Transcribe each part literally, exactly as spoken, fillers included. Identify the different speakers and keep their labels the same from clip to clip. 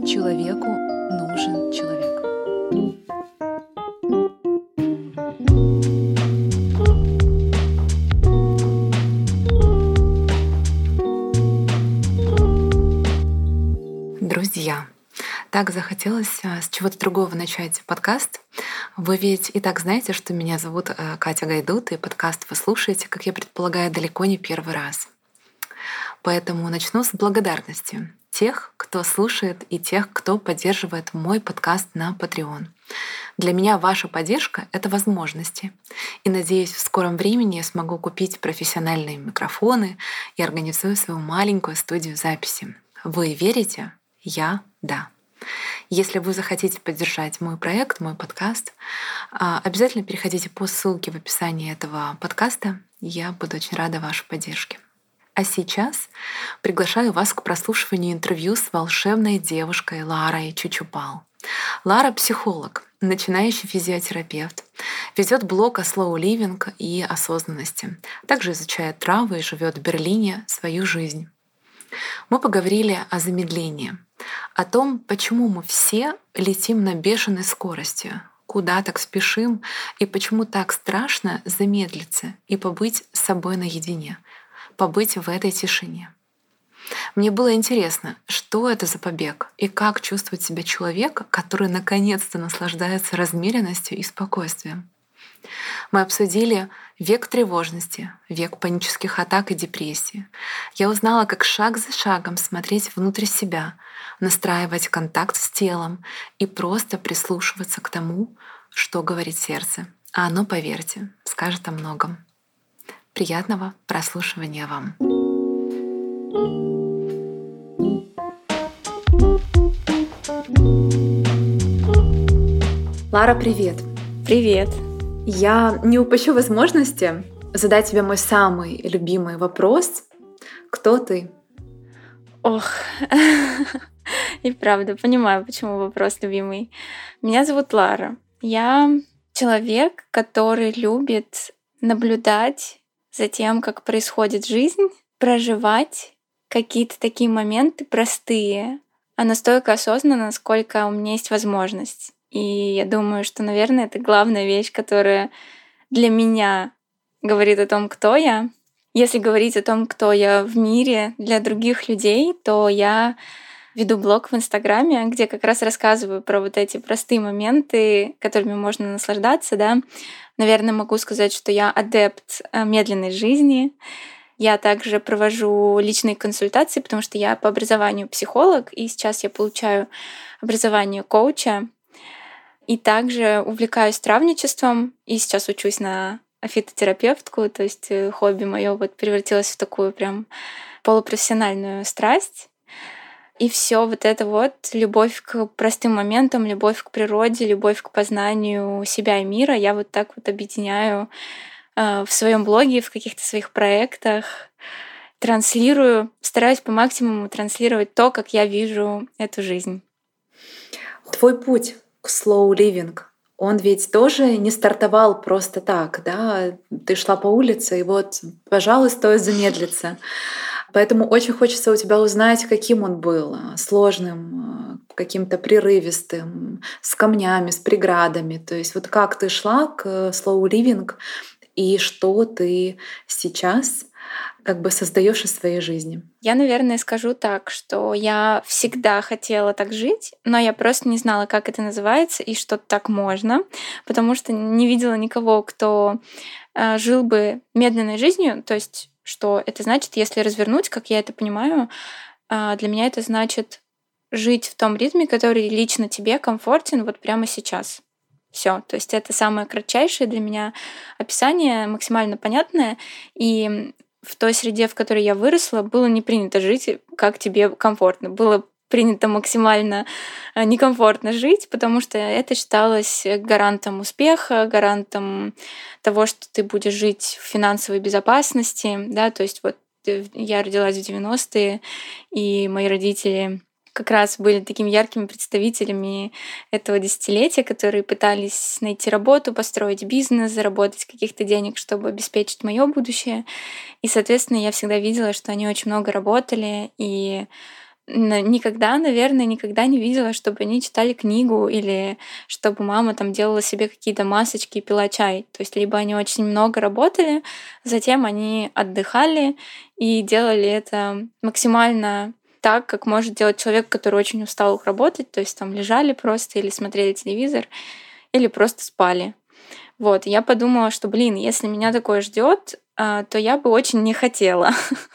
Speaker 1: Человеку нужен человек. Друзья, так захотелось а, с чего-то другого начать подкаст. Вы ведь и так знаете, что меня зовут а, Катя Гайдут, и подкаст вы слушаете, как я предполагаю, далеко не первый раз. Поэтому начну с благодарности тех, кто слушает, и тех, кто поддерживает мой подкаст на Patreon. Для меня ваша поддержка — это возможности. И надеюсь, в скором времени я смогу купить профессиональные микрофоны и организую свою маленькую студию записи. Вы верите? Я — да. Если вы захотите поддержать мой проект, мой подкаст, обязательно переходите по ссылке в описании этого подкаста. Я буду очень рада вашей поддержке. А сейчас приглашаю вас к прослушиванию интервью с волшебной девушкой Ларой Чучупал. Лара — психолог, начинающий физиотерапевт, ведет блог о slow living и осознанности, также изучает травы и живет в Берлине свою жизнь. Мы поговорили о замедлении, о том, почему мы все летим на бешеной скорости, куда так спешим и почему так страшно замедлиться и побыть с собой наедине, побыть в этой тишине. Мне было интересно, что это за побег и как чувствует себя человек, который наконец-то наслаждается размеренностью и спокойствием. Мы обсудили век тревожности, век панических атак и депрессии. Я узнала, как шаг за шагом смотреть внутрь себя, настраивать контакт с телом и просто прислушиваться к тому, что говорит сердце. А оно, поверьте, скажет о многом. Приятного прослушивания вам. Лара, привет!
Speaker 2: Привет!
Speaker 1: Я не упущу возможности задать тебе мой самый любимый вопрос. Кто ты?
Speaker 2: Ох, и правда, понимаю, почему вопрос любимый. Меня зовут Лара. Я человек, который любит наблюдать за тем, как происходит жизнь, проживать какие-то такие моменты простые, а настолько осознанно, насколько у меня есть возможность. И я думаю, что, наверное, это главная вещь, которая для меня говорит о том, кто я. Если говорить о том, кто я в мире для других людей, то я веду блог в Инстаграме, где как раз рассказываю про вот эти простые моменты, которыми можно наслаждаться, да. Наверное, могу сказать, что я адепт медленной жизни. Я также провожу личные консультации, потому что я по образованию психолог, и сейчас я получаю образование коуча. И также увлекаюсь травничеством, и сейчас учусь на фитотерапевтку, то есть хобби мое вот превратилось в такую прям полупрофессиональную страсть. И все вот это вот, любовь к простым моментам, любовь к природе, любовь к познанию себя и мира, я вот так вот объединяю э, в своем блоге, в каких-то своих проектах, транслирую, стараюсь по максимуму транслировать то, как я вижу эту жизнь.
Speaker 1: Твой путь к slow living, он ведь тоже не стартовал просто так, да? Ты шла по улице, и вот, пожалуй, стоит замедлиться. Поэтому очень хочется у тебя узнать, каким он был. Сложным, каким-то прерывистым, с камнями, с преградами. То есть вот как ты шла к slow living и что ты сейчас как бы создаешь из своей жизни?
Speaker 2: Я, наверное, скажу так, что я всегда хотела так жить, но я просто не знала, как это называется и что так можно, потому что не видела никого, кто э, жил бы медленной жизнью. То есть, что это значит, если развернуть, как я это понимаю, э, для меня это значит жить в том ритме, который лично тебе комфортен вот прямо сейчас. Все, то есть это самое кратчайшее для меня описание, максимально понятное, и в той среде, в которой я выросла, было не принято жить, как тебе комфортно. Было принято максимально некомфортно жить, потому что это считалось гарантом успеха, гарантом того, что ты будешь жить в финансовой безопасности. Да? То есть вот я родилась в девяностые, и мои родители как раз были такими яркими представителями этого десятилетия, которые пытались найти работу, построить бизнес, заработать каких-то денег, чтобы обеспечить мое будущее. И, соответственно, я всегда видела, что они очень много работали, и никогда, наверное, никогда не видела, чтобы они читали книгу или чтобы мама там делала себе какие-то масочки и пила чай. То есть либо они очень много работали, затем они отдыхали и делали это максимально так, как может делать человек, который очень устал работать, то есть там лежали просто или смотрели телевизор, или просто спали. Вот, я подумала, что, блин, если меня такое ждет, то я бы очень не хотела.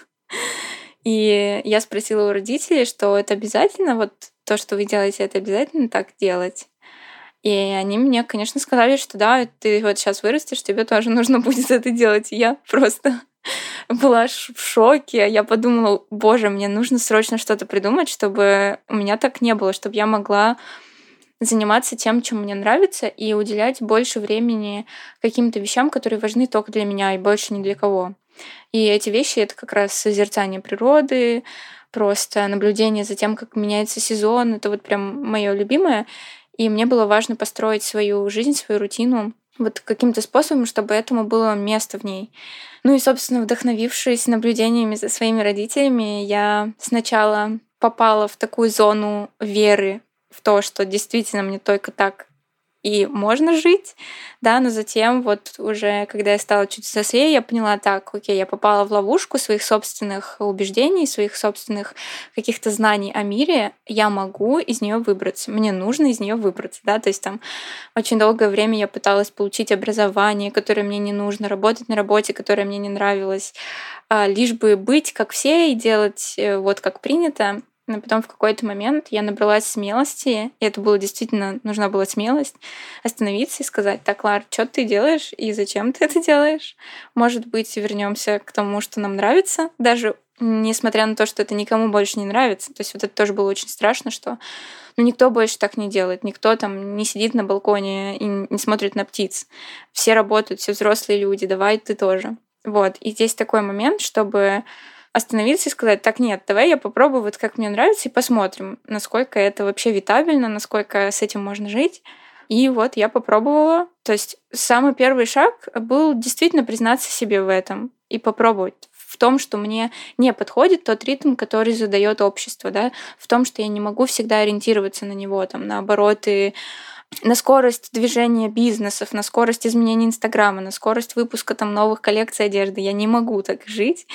Speaker 2: И я спросила у родителей, что это обязательно, вот то, что вы делаете, это обязательно так делать. И они мне, конечно, сказали, что да, ты вот сейчас вырастешь, тебе тоже нужно будет это делать. И я просто была в шоке. Я подумала, боже, мне нужно срочно что-то придумать, чтобы у меня так не было, чтобы я могла заниматься тем, чем мне нравится, и уделять больше времени каким-то вещам, которые важны только для меня и больше ни для кого. И эти вещи — это как раз созерцание природы, просто наблюдение за тем, как меняется сезон. Это вот прям моё любимое. И мне было важно построить свою жизнь, свою рутину вот каким-то способом, чтобы этому было место в ней. Ну и, собственно, вдохновившись наблюдениями за своими родителями, я сначала попала в такую зону веры в то, что действительно мне только так и можно жить, да, но затем вот уже, когда я стала чуть взрослее, я поняла, так, окей, я попала в ловушку своих собственных убеждений, своих собственных каких-то знаний о мире, я могу из нее выбраться, мне нужно из нее выбраться, да, то есть там очень долгое время я пыталась получить образование, которое мне не нужно, работать на работе, которая мне не нравилась, лишь бы быть как все и делать вот как принято. Но потом в какой-то момент я набралась смелости, и это было действительно, нужна была смелость, остановиться и сказать, так, Лар, что ты делаешь и зачем ты это делаешь? Может быть, вернемся к тому, что нам нравится, даже несмотря на то, что это никому больше не нравится. То есть вот это тоже было очень страшно, что ну, никто больше так не делает, никто там не сидит на балконе и не смотрит на птиц. Все работают, все взрослые люди, давай ты тоже. Вот, и здесь такой момент, чтобы остановиться и сказать, так, нет, давай я попробую вот как мне нравится и посмотрим, насколько это вообще витабельно, насколько с этим можно жить. И вот я попробовала. То есть самый первый шаг был действительно признаться себе в этом и попробовать в том, что мне не подходит тот ритм, который задает общество, да, в том, что я не могу всегда ориентироваться на него, там, на обороты, на скорость движения бизнесов, на скорость изменения Инстаграма, на скорость выпуска там новых коллекций одежды. Я не могу так жить.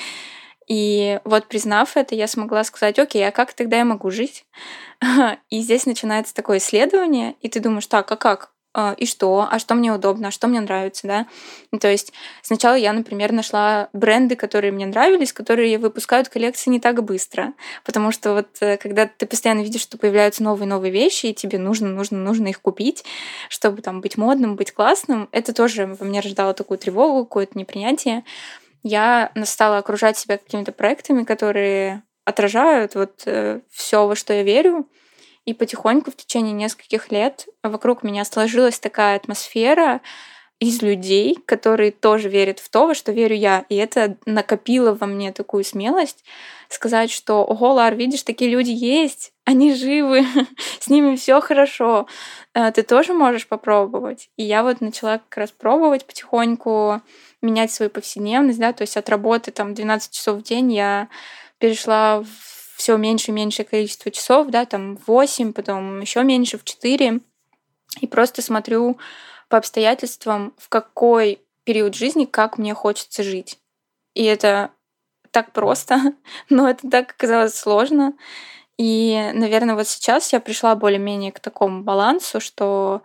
Speaker 2: И вот признав это, я смогла сказать, окей, а как тогда я могу жить? И здесь начинается такое исследование, и ты думаешь, так, а как? И что? А что мне удобно? А что мне нравится? Да? То есть сначала я, например, нашла бренды, которые мне нравились, которые выпускают коллекции не так быстро. Потому что вот когда ты постоянно видишь, что появляются новые-новые вещи, и тебе нужно, нужно, нужно их купить, чтобы там быть модным, быть классным, это тоже во мне рождало такую тревогу, какое-то непринятие. Я стала окружать себя какими-то проектами, которые отражают вот э, все, во что я верю. И потихоньку в течение нескольких лет вокруг меня сложилась такая атмосфера из людей, которые тоже верят в то, во что верю я. И это накопило во мне такую смелость сказать, что «Ого, Лар, видишь, такие люди есть, они живы, с ними все хорошо, ты тоже можешь попробовать». И я вот начала как раз пробовать потихоньку, менять свою повседневность, да, то есть от работы там двенадцать часов в день я перешла в все меньше и меньшее количество часов, да, там восемь, потом еще меньше, в четыре. И просто смотрю по обстоятельствам, в какой период жизни, как мне хочется жить. И это так просто, но это так оказалось сложно. И, наверное, вот сейчас я пришла более-менее к такому балансу, что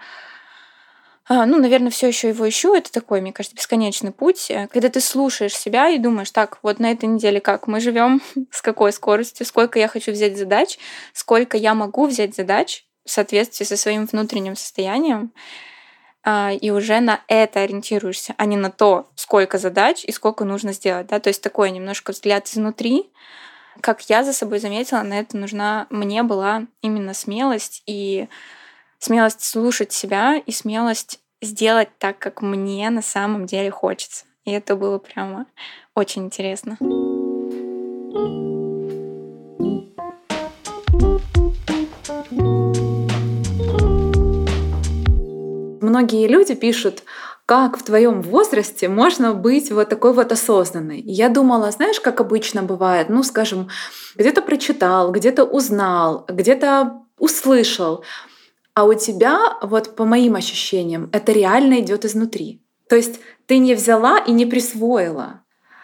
Speaker 2: ну, наверное, все еще его ищу. Это такой, мне кажется, бесконечный путь, когда ты слушаешь себя и думаешь, так, вот на этой неделе как мы живем, с какой скоростью, сколько я хочу взять задач, сколько я могу взять задач в соответствии со своим внутренним состоянием, и уже на это ориентируешься, а не на то, сколько задач и сколько нужно сделать. Да? То есть такой немножко взгляд изнутри. Как я за собой заметила, на это нужна мне была именно смелость и смелость слушать себя и смелость сделать так, как мне на самом деле хочется. И это было прямо очень интересно.
Speaker 1: Многие люди пишут, как в твоем возрасте можно быть вот такой вот осознанной. И я думала, знаешь, как обычно бывает, ну, скажем, где-то прочитал, где-то узнал, где-то услышал, а у тебя, вот по моим ощущениям, это реально идет изнутри. То есть ты не взяла и не присвоила,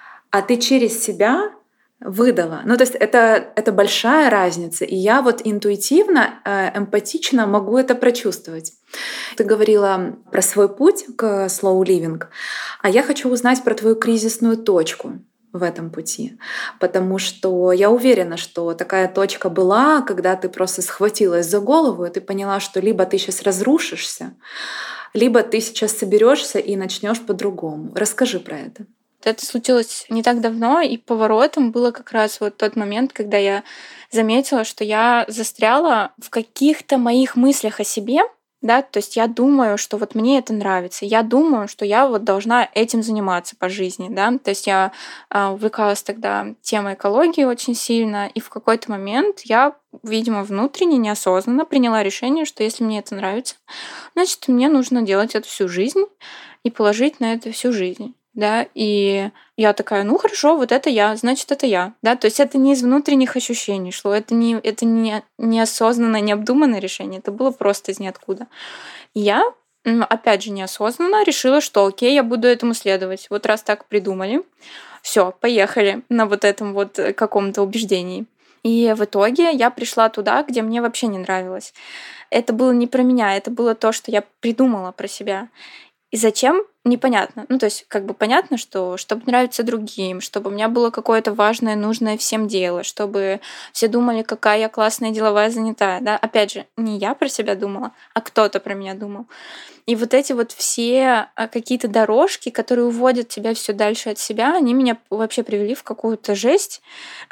Speaker 1: а ты через себя выдала. Ну, то есть это, это большая разница. И я вот интуитивно, э, эмпатично могу это прочувствовать. Ты говорила про свой путь к slow living, а я хочу узнать про твою кризисную точку в этом пути. Потому что я уверена, что такая точка была, когда ты просто схватилась за голову, и ты поняла, что либо ты сейчас разрушишься, либо ты сейчас соберешься и начнешь по-другому. Расскажи про это.
Speaker 2: Это случилось не так давно, и поворотом было как раз вот тот момент, когда я заметила, что я застряла в каких-то моих мыслях о себе, да, то есть я думаю, что вот мне это нравится, я думаю, что я вот должна этим заниматься по жизни, да, то есть я а, увлекалась тогда темой экологии очень сильно, и в какой-то момент я, видимо, внутренне, неосознанно приняла решение, что если мне это нравится, значит, мне нужно делать это всю жизнь и положить на это всю жизнь. Да, и я такая, ну хорошо, вот это я, значит, это я, да, то есть это не из внутренних ощущений шло, это не, это не неосознанное, необдуманное решение, это было просто из ниоткуда. И я, м, опять же, неосознанно решила, что окей, я буду этому следовать. Вот раз так придумали, все, поехали на вот этом вот э, каком-то убеждении. И в итоге я пришла туда, где мне вообще не нравилось. Это было не про меня, это было то, что я придумала про себя. И зачем? Непонятно. Ну, то есть, как бы понятно, что чтобы нравиться другим, чтобы у меня было какое-то важное, нужное всем дело, чтобы все думали, какая я классная, деловая, занятая. Да? Опять же, не я про себя думала, а кто-то про меня думал. И вот эти вот все а, какие-то дорожки, которые уводят тебя все дальше от себя, они меня вообще привели в какую-то жесть.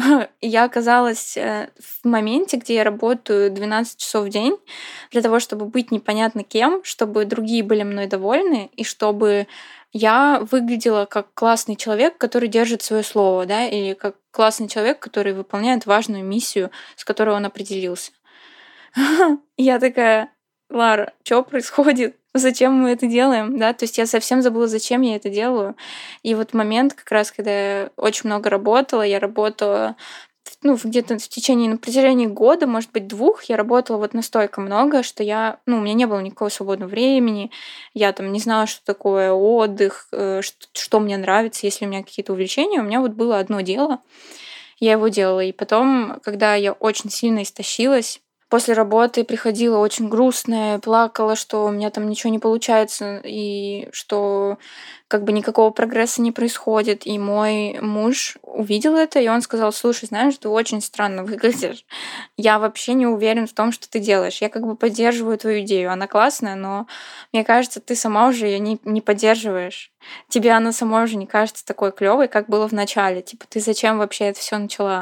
Speaker 2: И я оказалась э, в моменте, где я работаю двенадцать часов в день для того, чтобы быть непонятно кем, чтобы другие были мной довольны, и чтобы я выглядела как классный человек, который держит свое слово, да, или как классный человек, который выполняет важную миссию, с которой он определился. Я такая, Лара, что происходит? Зачем мы это делаем? Да, то есть я совсем забыла, зачем я это делаю. И вот момент, как раз, когда я очень много работала, я работала ну, где-то в течение, на протяжении года, может быть, двух, я работала вот настолько много, что я, ну, у меня не было никакого свободного времени, я там не знала, что такое отдых, э, что, что мне нравится, если у меня какие-то увлечения. У меня вот было одно дело, я его делала. И потом, когда я очень сильно истощилась, после работы приходила очень грустная, плакала, что у меня там ничего не получается, и что как бы никакого прогресса не происходит. И мой муж увидел это, и он сказал, слушай, знаешь, ты очень странно выглядишь. Я вообще не уверен в том, что ты делаешь. Я как бы поддерживаю твою идею. Она классная, но мне кажется, ты сама уже ее не, не поддерживаешь. Тебе она сама уже не кажется такой клевой, как было в начале. Типа, ты зачем вообще это все начала?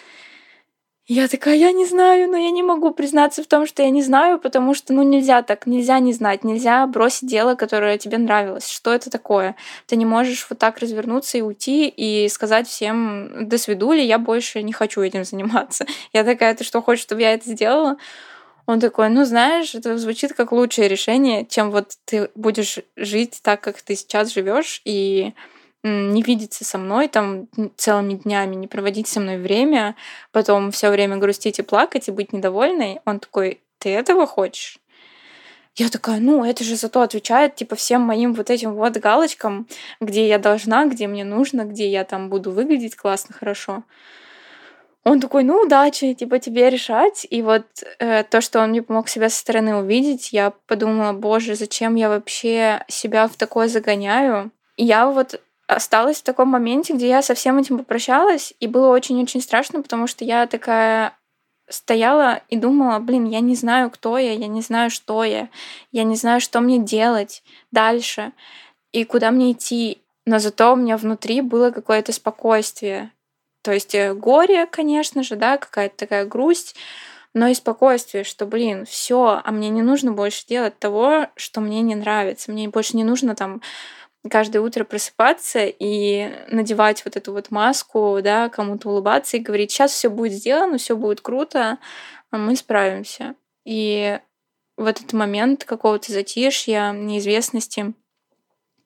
Speaker 2: Я такая, я не знаю, но я не могу признаться в том, что я не знаю, потому что, ну, нельзя так, нельзя не знать, нельзя бросить дело, которое тебе нравилось. Что это такое? Ты не можешь вот так развернуться и уйти и сказать всем, до свидули, я больше не хочу этим заниматься. Я такая, ты что, хочешь, чтобы я это сделала? Он такой, ну, знаешь, это звучит как лучшее решение, чем вот ты будешь жить так, как ты сейчас живешь, и м, не видеться со мной там м, целыми днями, не проводить со мной время, потом все время грустить и плакать и быть недовольной. Он такой, ты этого хочешь? Я такая, ну, это же зато отвечает, типа, всем моим вот этим вот галочкам, где я должна, где мне нужно, где я там буду выглядеть классно, хорошо. Он такой, ну, удачи, типа, тебе решать. И вот э, то, что он мне помог себя со стороны увидеть, я подумала, боже, зачем я вообще себя в такое загоняю? И я вот осталась в таком моменте, где я со всем этим попрощалась, и было очень-очень страшно, потому что я такая стояла и думала, блин, я не знаю, кто я, я не знаю, что я, я не знаю, что мне делать дальше и куда мне идти. Но зато у меня внутри было какое-то спокойствие. То есть э, горе, конечно же, да, какая-то такая грусть, но и спокойствие, что, блин, все, а мне не нужно больше делать того, что мне не нравится. Мне больше не нужно там каждое утро просыпаться и надевать вот эту вот маску, да, кому-то улыбаться и говорить, сейчас все будет сделано, все будет круто, а мы справимся. И в этот момент какого-то затишья, неизвестности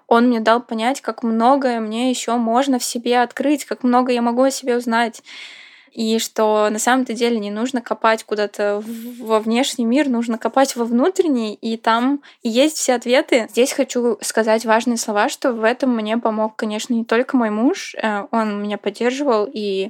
Speaker 2: Он мне дал понять, как многое мне еще можно в себе открыть, как много я могу о себе узнать. И что на самом-то деле не нужно копать куда-то во внешний мир, нужно копать во внутренний, и там есть все ответы. Здесь хочу сказать важные слова, что в этом мне помог, конечно, не только мой муж, он меня поддерживал и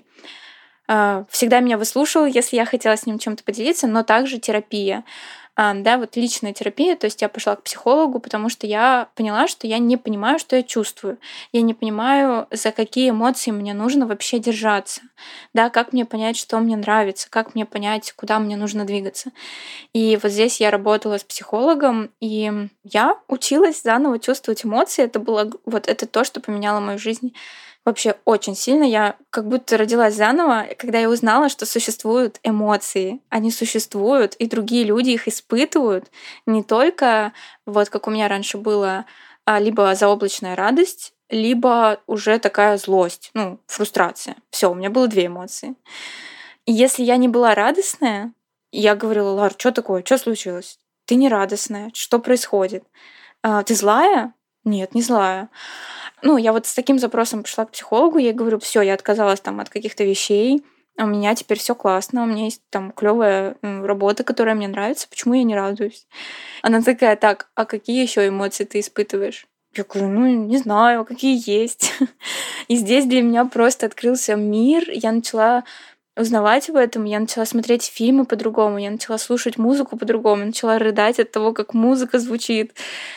Speaker 2: всегда меня выслушивал, если я хотела с ним чем-то поделиться, но также терапия. Да, вот личная терапия, то есть я пошла к психологу, потому что я поняла, что я не понимаю, что я чувствую. Я не понимаю, за какие эмоции мне нужно вообще держаться. Да, как мне понять, что мне нравится, как мне понять, куда мне нужно двигаться. И вот здесь я работала с психологом, и я училась заново чувствовать эмоции. Это было вот это то, что поменяло мою жизнь вообще очень сильно. Я как будто родилась заново, когда я узнала, что существуют эмоции. Они существуют, и другие люди их испытывают. Не только, вот как у меня раньше было, либо заоблачная радость, либо уже такая злость, ну, фрустрация. Все, у меня было две эмоции. И если я не была радостная, я говорила: Лар, что такое? Что случилось? Ты не радостная. Что происходит? Ты злая? Нет, не злая. Ну, я вот с таким запросом пошла к психологу, я говорю: все, я отказалась там от каких-то вещей, у меня теперь все классно, у меня есть там клевая работа, которая мне нравится, почему я не радуюсь? Она такая: так, а какие еще эмоции ты испытываешь? Я говорю: ну, не знаю, какие есть. И здесь для меня просто открылся мир, я начала узнавать об этом, я начала смотреть фильмы по-другому, я начала слушать музыку по-другому, начала рыдать от того, как музыка звучит.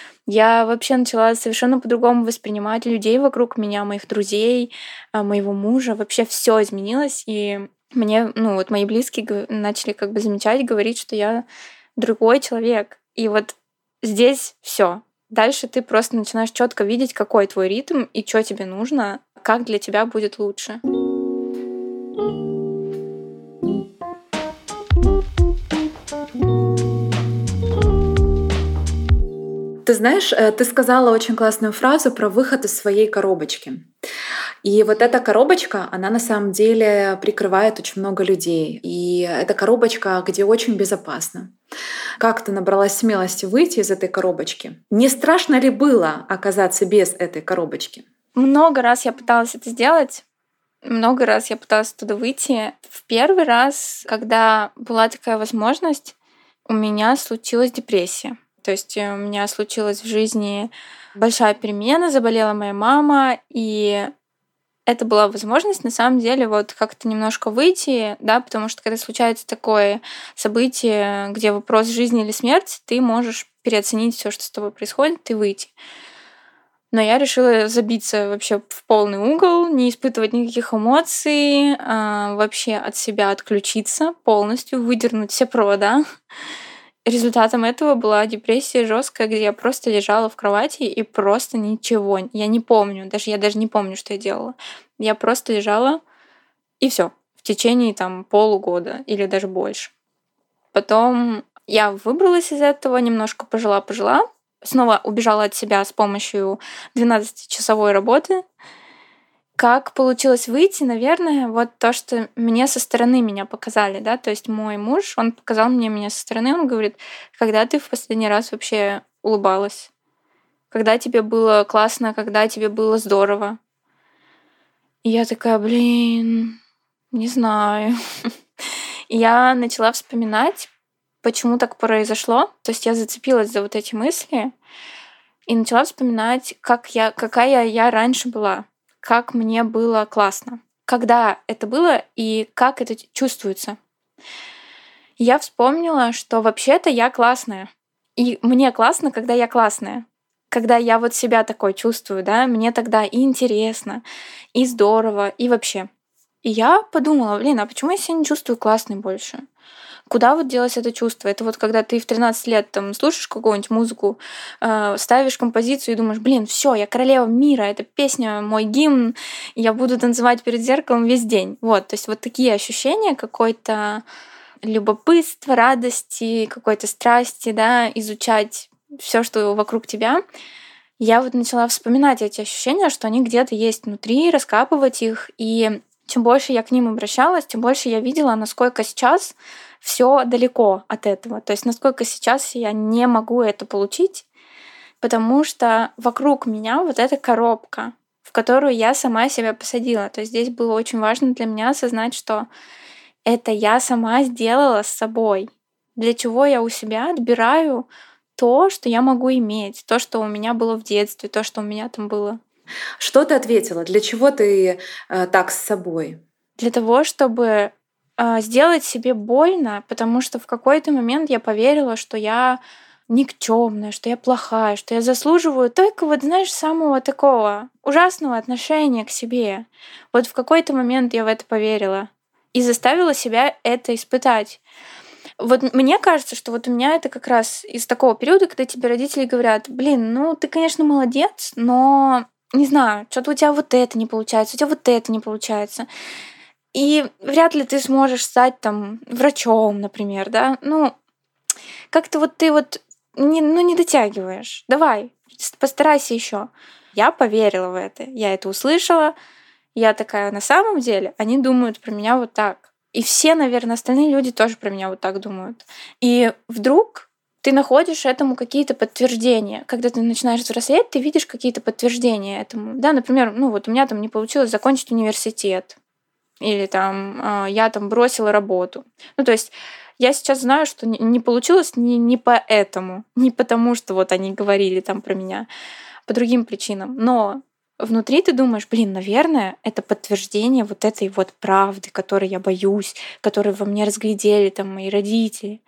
Speaker 2: Я вообще начала совершенно по-другому воспринимать людей вокруг меня, моих друзей, моего мужа. Вообще все изменилось, и мне, ну вот мои близкие начали как бы замечать, говорить, что я другой человек. И вот здесь все. Дальше ты просто начинаешь четко видеть, какой твой ритм и что тебе нужно, как для тебя будет лучше.
Speaker 1: Ты знаешь, ты сказала очень классную фразу про выход из своей коробочки. И вот эта коробочка, она на самом деле прикрывает очень много людей. И это коробочка, где очень безопасно. Как ты набралась смелости выйти из этой коробочки? Не страшно ли было оказаться без этой коробочки?
Speaker 2: Много раз я пыталась это сделать. Много раз я пыталась оттуда выйти. В первый раз, когда была такая возможность, у меня случилась депрессия. То есть у меня случилась в жизни большая перемена, заболела моя мама, и это была возможность, на самом деле, вот как-то немножко выйти, да, потому что когда случается такое событие, где вопрос жизни или смерти, ты можешь переоценить все, что с тобой происходит, и выйти. Но я решила забиться вообще в полный угол, не испытывать никаких эмоций, вообще от себя отключиться полностью, выдернуть все провода. Результатом этого была депрессия жесткая, где я просто лежала в кровати и просто ничего. Я не помню, даже я даже не помню, что я делала. Я просто лежала, и все в течение там полугода или даже больше. Потом я выбралась из этого, немножко пожила-пожила, снова убежала от себя с помощью двенадцатичасовой работы. Как получилось выйти, наверное, вот то, что мне со стороны меня показали, да, то есть мой муж, он показал мне меня со стороны, он говорит: когда ты в последний раз вообще улыбалась? Когда тебе было классно, когда тебе было здорово? И я такая: блин, не знаю. И я начала вспоминать, почему так произошло. То есть я зацепилась за вот эти мысли и начала вспоминать, как я, какая я раньше была. Как мне было классно, когда это было и как это чувствуется. Я вспомнила, что вообще-то я классная. И мне классно, когда я классная. Когда я вот себя такой чувствую, да, мне тогда и интересно, и здорово, и вообще. И я подумала: блин, а почему я себя не чувствую классной больше? Куда вот делось это чувство? Это вот когда ты в тринадцать лет там слушаешь какую-нибудь музыку, э, ставишь композицию и думаешь: блин, все, я королева мира, эта песня мой гимн, я буду танцевать перед зеркалом весь день. Вот, то есть вот такие ощущения какой-то любопытства, радости, какой-то страсти, да, изучать все, что вокруг тебя. Я вот начала вспоминать эти ощущения, что они где-то есть внутри, раскапывать их, и чем больше я к ним обращалась, тем больше я видела, насколько сейчас все далеко от этого. То есть насколько сейчас я не могу это получить, потому что вокруг меня вот эта коробка, в которую я сама себя посадила. То есть здесь было очень важно для меня осознать, что это я сама сделала с собой. Для чего я у себя отбираю то, что я могу иметь, то, что у меня было в детстве, то, что у меня там было.
Speaker 1: Что ты ответила? Для чего ты э, так с собой?
Speaker 2: Для того, чтобы э, сделать себе больно, потому что в какой-то момент я поверила, что я никчемная, что я плохая, что я заслуживаю только вот, знаешь, самого такого ужасного отношения к себе. Вот в какой-то момент я в это поверила и заставила себя это испытать. Вот мне кажется, что вот у меня это как раз из такого периода, когда тебе родители говорят: блин, ну ты, конечно, молодец, но не знаю, что-то у тебя вот это не получается, у тебя вот это не получается. И вряд ли ты сможешь стать там врачом, например, да? Ну, как-то вот ты вот не, ну, не дотягиваешь. Давай, постарайся еще. Я поверила в это, я это услышала. Я такая, на самом деле, они думают про меня вот так. И все, наверное, остальные люди тоже про меня вот так думают. И вдруг ты находишь этому какие-то подтверждения. Когда ты начинаешь взрослеть, ты видишь какие-то подтверждения этому. Да, например, ну вот у меня там не получилось закончить университет. Или там э, я там бросила работу. Ну, то есть я сейчас знаю, что не, не получилось не, не поэтому, не потому, что вот они говорили там про меня, по другим причинам. Но внутри ты думаешь, блин, наверное, это подтверждение вот этой вот правды, которой я боюсь, которую во мне разглядели там мои родители.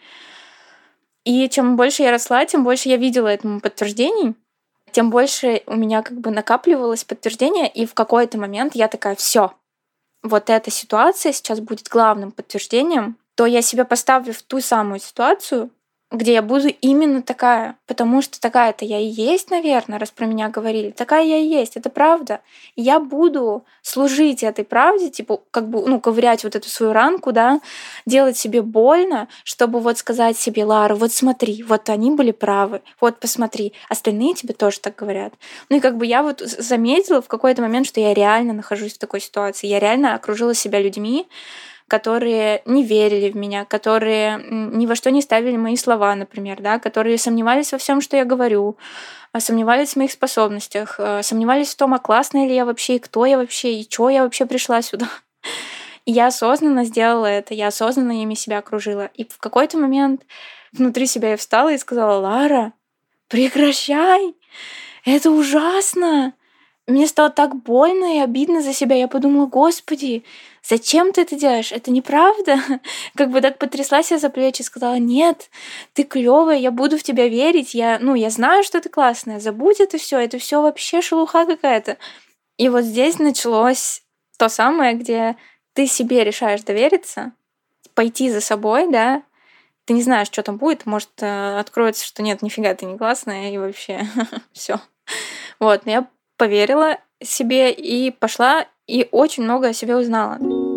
Speaker 2: И чем больше я росла, тем больше я видела этому подтверждений, тем больше у меня как бы накапливалось подтверждение, и в какой-то момент я такая, все, вот эта ситуация сейчас будет главным подтверждением, то я себя поставлю в ту самую ситуацию, где я буду именно такая, потому что такая-то я и есть, наверное, раз про меня говорили. Такая я и есть, это правда. И я буду служить этой правде, типа, как бы, ну, ковырять вот эту свою ранку, да, делать себе больно, чтобы вот сказать себе: Лара, вот смотри, вот они были правы, вот посмотри, остальные тебе тоже так говорят. Ну и как бы я вот заметила в какой-то момент, что я реально нахожусь в такой ситуации. Я реально окружила себя людьми, которые не верили в меня, которые ни во что не ставили мои слова, например, да, которые сомневались во всем, что я говорю, сомневались в моих способностях, сомневались в том, а классная ли я вообще, и кто я вообще, и чё я вообще пришла сюда. И я осознанно сделала это, я осознанно ими себя окружила. И в какой-то момент внутри себя я встала и сказала: Лара, прекращай, это ужасно. Мне стало так больно и обидно за себя. Я подумала: Господи, зачем ты это делаешь? Это неправда. Как бы так потрясла себя за плечи и сказала: нет, ты клёвая, я буду в тебя верить. Я, ну, я знаю, что ты классная. Забудь это все. Это все вообще шелуха какая-то. И вот здесь началось то самое, где ты себе решаешь довериться, пойти за собой, да. Ты не знаешь, что там будет. Может, откроется, что нет, нифига ты не классная, и вообще все. Вот, но я поверила себе и пошла, и очень много о себе узнала.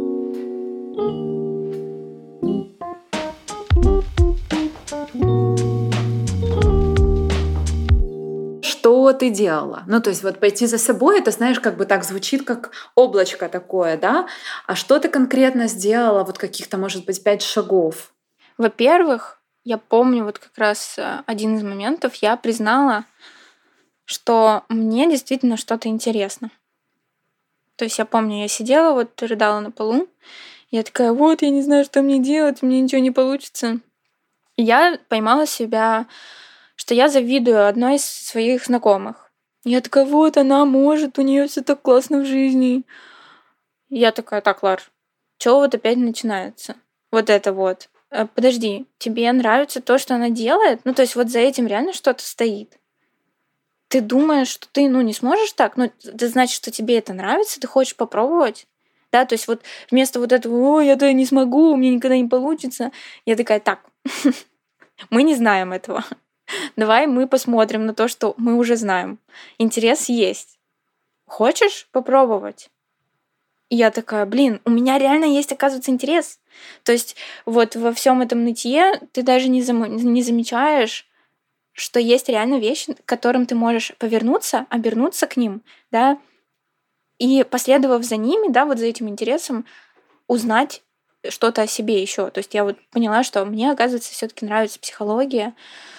Speaker 1: Что ты делала? Ну, то есть вот пойти за собой, это, знаешь, как бы так звучит, как облачко такое, да? А что ты конкретно сделала? Вот каких-то, может быть, пять шагов?
Speaker 2: Во-первых, я помню вот как раз один из моментов, я признала, что мне действительно что-то интересно. То есть я помню, я сидела, вот рыдала на полу, я такая: вот, я не знаю, что мне делать, мне ничего не получится. И я поймала себя, что я завидую одной из своих знакомых. Я такая: вот, она может, у нее все так классно в жизни. И я такая: так, Лар, что вот опять начинается? Вот это вот. Подожди, тебе нравится то, что она делает? Ну, то есть вот за этим реально что-то стоит. Ты думаешь, что ты, ну, не сможешь так? Ну, это значит, что тебе это нравится, ты хочешь попробовать? Да, то есть вот вместо вот этого: ой, я-то не смогу, у меня никогда не получится, я такая: так, мы не знаем этого. Давай мы посмотрим на то, что мы уже знаем. Интерес есть. Хочешь попробовать? И я такая: блин, у меня реально есть, оказывается, интерес. То есть вот во всем этом нытье ты даже не, зам... не замечаешь, что есть реально вещи, к которым ты можешь повернуться, обернуться к ним, да, и, последовав за ними, да, вот за этим интересом, узнать что-то о себе еще. То есть я вот поняла, что мне, оказывается, все-таки нравится психология,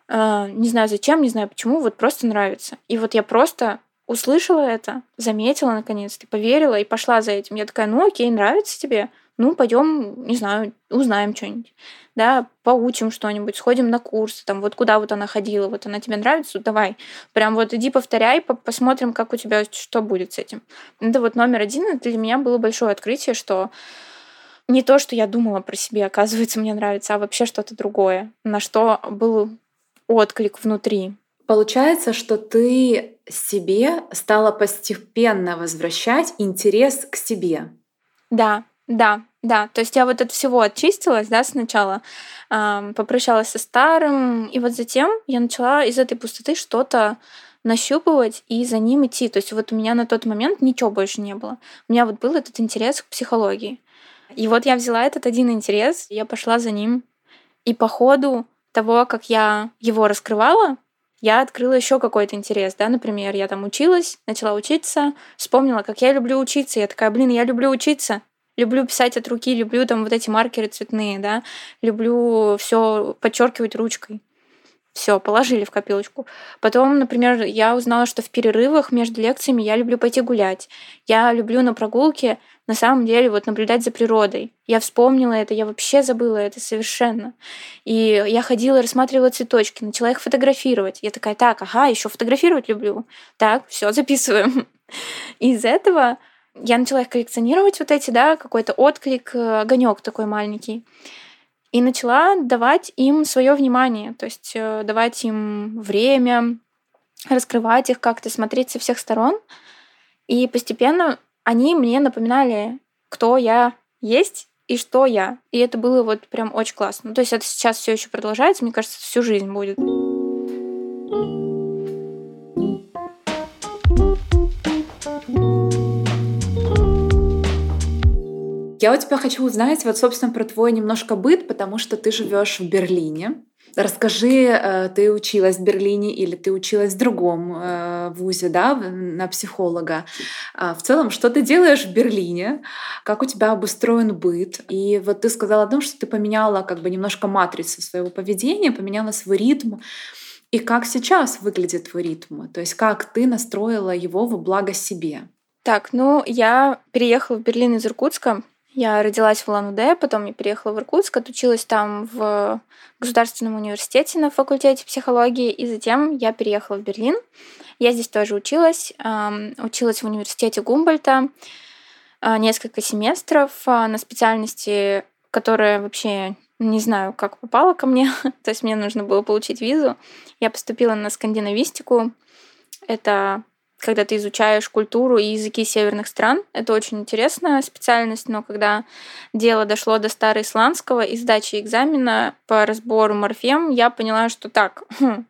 Speaker 2: э, не знаю зачем, не знаю почему, вот просто нравится. И вот я просто услышала это, заметила наконец-то, поверила и пошла за этим. Я такая, ну окей, нравится тебе, ну пойдем, не знаю, узнаем что-нибудь, да, поучим что-нибудь, сходим на курсы, там вот куда вот она ходила, вот она тебе нравится, вот давай, прям вот иди повторяй, по- посмотрим, как у тебя что будет с этим. Это вот номер один, это для меня было большое открытие, что не то, что я думала про себя, оказывается, мне нравится, а вообще что-то другое, на что был отклик внутри.
Speaker 1: Получается, что ты себе стала постепенно возвращать интерес к себе.
Speaker 2: Да, да, да. То есть я вот от всего очистилась, да, сначала, ам, попрощалась со старым, и вот затем я начала из этой пустоты что-то нащупывать и за ним идти. То есть вот у меня на тот момент ничего больше не было. У меня вот был этот интерес к психологии. И вот я взяла этот один интерес, я пошла за ним, и по ходу того, как я его раскрывала, я открыла еще какой-то интерес, да, например, я там училась, начала учиться, вспомнила, как я люблю учиться, я такая, блин, я люблю учиться, люблю писать от руки, люблю там вот эти маркеры цветные, да, люблю все подчеркивать ручкой. Все, положили в копилочку. Потом, например, я узнала, что в перерывах между лекциями я люблю пойти гулять. Я люблю на прогулке на самом деле вот наблюдать за природой. Я вспомнила это, я вообще забыла это совершенно. И я ходила, рассматривала цветочки, начала их фотографировать. Я такая, так, ага, еще фотографировать люблю. Так, все, записываем. И из этого я начала их коллекционировать, вот эти, да, какой-то отклик, огонек такой маленький. И начала давать им свое внимание, то есть э, давать им время, раскрывать их как-то, смотреть со всех сторон. И постепенно они мне напоминали, кто я есть и что я. И это было вот прям очень классно. Ну, то есть это сейчас все еще продолжается, мне кажется, всю жизнь будет.
Speaker 1: Я у тебя хочу узнать, вот, собственно, про твой немножко быт, потому что ты живешь в Берлине. Расскажи, э, ты училась в Берлине или ты училась в другом э, вузе, да, в- на психолога. А в целом, что ты делаешь в Берлине? Как у тебя обустроен быт? И вот ты сказала о том, что ты поменяла как бы немножко матрицу своего поведения, поменяла свой ритм. И как сейчас выглядит твой ритм? То есть как ты настроила его во благо себе?
Speaker 2: Так, ну, я переехала в Берлин из Иркутска. Я родилась в Улан-Удэ, потом я переехала в Иркутск, отучилась там в Государственном университете на факультете психологии, и затем я переехала в Берлин. Я здесь тоже училась, ам, училась в университете Гумбольдта а, несколько семестров а, на специальности, которая вообще не знаю, как попала ко мне. То есть мне нужно было получить визу. Я поступила на скандинавистику. Это когда ты изучаешь культуру и языки северных стран. Это очень интересная специальность, но когда дело дошло до староисландского и сдачи экзамена по разбору морфем, я поняла, что так,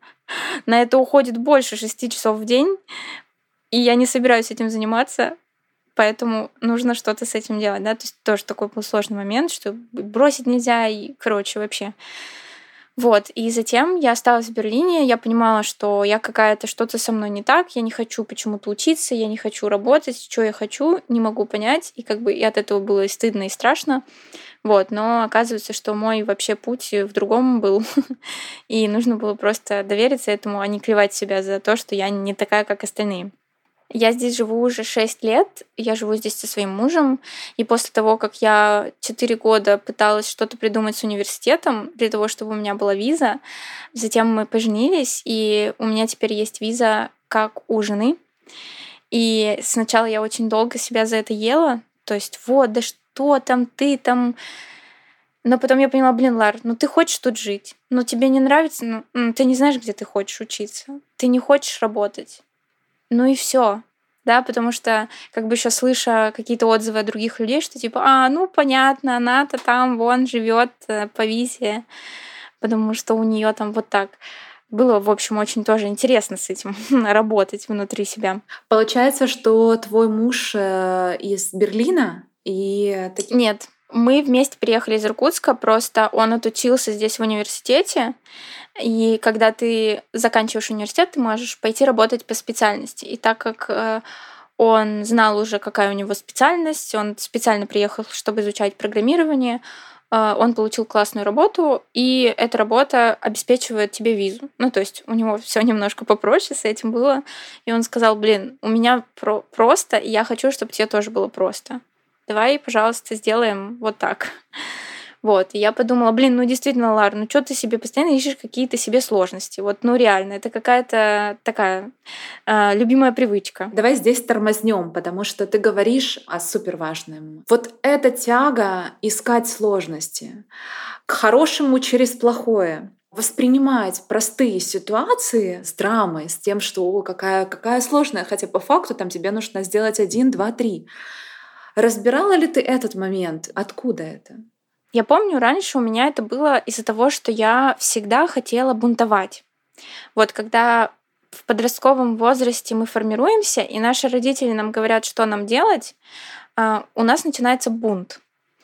Speaker 2: на это уходит больше шести часов в день, и я не собираюсь этим заниматься, поэтому нужно что-то с этим делать, да, то есть тоже такой был сложный момент, что бросить нельзя, и, короче, вообще. Вот, и затем я осталась в Берлине, я понимала, что я какая-то, что-то со мной не так, я не хочу почему-то учиться, я не хочу работать, что я хочу, не могу понять, и как бы и от этого было и стыдно, и страшно, вот, но оказывается, что мой вообще путь в другом был, и нужно было просто довериться этому, а не клевать себя за то, что я не такая, как остальные. Я здесь живу уже шесть лет, я живу здесь со своим мужем, и после того, как я четыре года пыталась что-то придумать с университетом для того, чтобы у меня была виза, затем мы поженились, и у меня теперь есть виза как у жены. И сначала я очень долго себя за это ела, то есть вот, да что там ты там... Но потом я поняла, блин, Лар, ну ты хочешь тут жить, но тебе не нравится, ну, м, ты не знаешь, где ты хочешь учиться, ты не хочешь работать. Ну и все, да, потому что как бы еще слыша какие-то отзывы от других людей, что типа, а, ну понятно, она-то там вон живет по визе, потому что у нее там вот так. Было, в общем, очень тоже интересно с этим работать внутри себя.
Speaker 1: Получается, что твой муж э, из Берлина и таки-
Speaker 2: Нет, мы вместе приехали из Иркутска, просто он отучился здесь в университете, и когда ты заканчиваешь университет, ты можешь пойти работать по специальности. И так как э, он знал уже, какая у него специальность, он специально приехал, чтобы изучать программирование, э, он получил классную работу, и эта работа обеспечивает тебе визу. Ну, то есть у него все немножко попроще с этим было. И он сказал: блин, у меня про- просто, и я хочу, чтобы тебе тоже было просто. Давай, пожалуйста, сделаем вот так. Вот, и я подумала: блин, ну действительно, Лар, ну что ты себе постоянно ищешь какие-то себе сложности? Вот, ну реально, это какая-то такая э, любимая привычка.
Speaker 1: Давай здесь тормознем, потому что ты говоришь о суперважном. Вот эта тяга искать сложности, к хорошему через плохое, воспринимать простые ситуации с драмой, с тем, что о, какая, какая сложная, хотя по факту там тебе нужно сделать один, два, три. Разбирала ли ты этот момент? Откуда это?
Speaker 2: Я помню, раньше у меня это было из-за того, что я всегда хотела бунтовать. Вот когда в подростковом возрасте мы формируемся, и наши родители нам говорят, что нам делать, а, у нас начинается бунт.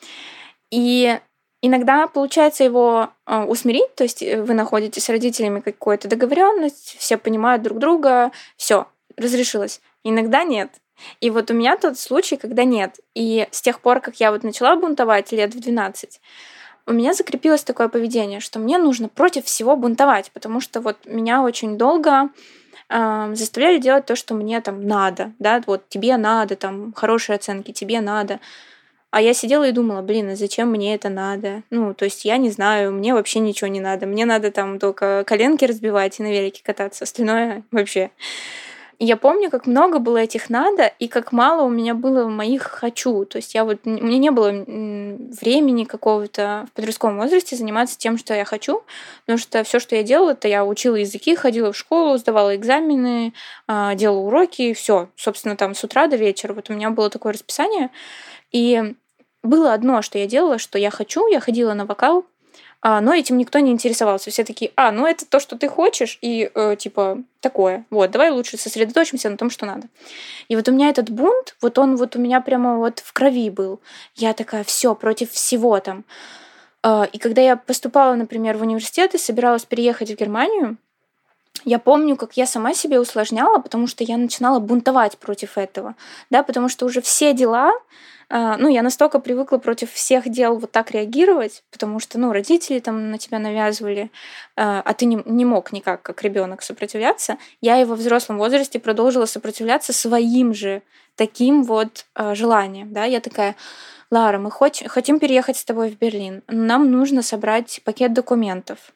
Speaker 2: И иногда получается его а, усмирить, то есть э, вы находите с родителями какую-то договоренность, все понимают друг друга, все, разрешилось. Иногда нет. И вот у меня тот случай, когда нет. И с тех пор, как я вот начала бунтовать лет в двенадцать, у меня закрепилось такое поведение, что мне нужно против всего бунтовать, потому что вот меня очень долго э, заставляли делать то, что мне там надо, да, вот тебе надо, там, хорошие оценки, тебе надо. А я сидела и думала: блин, а зачем мне это надо? Ну, то есть я не знаю, мне вообще ничего не надо. Мне надо там только коленки разбивать и на велике кататься, остальное вообще. И я помню, как много было этих «надо» и как мало у меня было моих «хочу». То есть я вот, у меня не было времени какого-то в подростковом возрасте заниматься тем, что я хочу, потому что все, что я делала, это я учила языки, ходила в школу, сдавала экзамены, а, делала уроки, и все. Собственно, там с утра до вечера. Вот у меня было такое расписание. И было одно, что я делала, что я хочу. Я ходила на вокал, а, но этим никто не интересовался. Все такие: а, ну это то, что ты хочешь, и э, типа такое. Вот, давай лучше сосредоточимся на том, что надо. И вот у меня этот бунт, вот он вот у меня прямо вот в крови был. Я такая: все против всего там. А, и когда я поступала, например, в университет и собиралась переехать в Германию, я помню, как я сама себе усложняла, потому что я начинала бунтовать против этого, да, потому что уже все дела, а, ну, я настолько привыкла против всех дел вот так реагировать, потому что, ну, родители там на тебя навязывали, а а ты не, не мог никак, как ребенок, сопротивляться. Я и во взрослом возрасте продолжила сопротивляться своим же таким вот а, желаниям, да, я такая: Лара, мы хоч- хотим переехать с тобой в Берлин, нам нужно собрать пакет документов.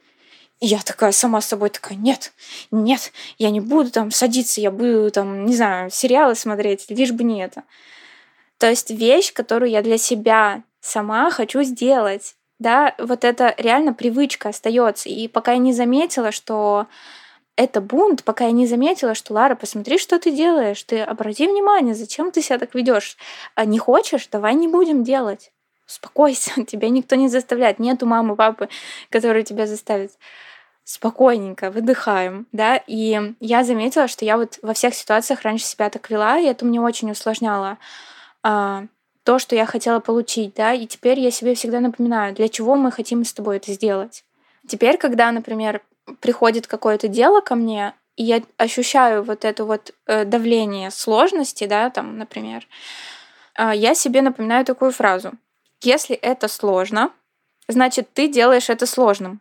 Speaker 2: И я такая сама с собой такая: нет, нет, я не буду там садиться, я буду там, не знаю, сериалы смотреть, лишь бы не это. То есть вещь, которую я для себя сама хочу сделать, да, вот это реально привычка остается. И пока я не заметила, что это бунт, пока я не заметила, что: Лара, посмотри, что ты делаешь, ты обрати внимание, зачем ты себя так ведешь? А не хочешь, давай не будем делать. Успокойся, тебя никто не заставляет. Нету мамы, папы, которые тебя заставят. Спокойненько, выдыхаем, да. И я заметила, что я вот во всех ситуациях раньше себя так вела, и это мне очень усложняло а, то, что я хотела получить, да. И теперь я себе всегда напоминаю, для чего мы хотим с тобой это сделать. Теперь, когда, например, приходит какое-то дело ко мне, и я ощущаю вот это вот э, давление сложности, да, там, например, а, я себе напоминаю такую фразу: если это сложно, значит, ты делаешь это сложным.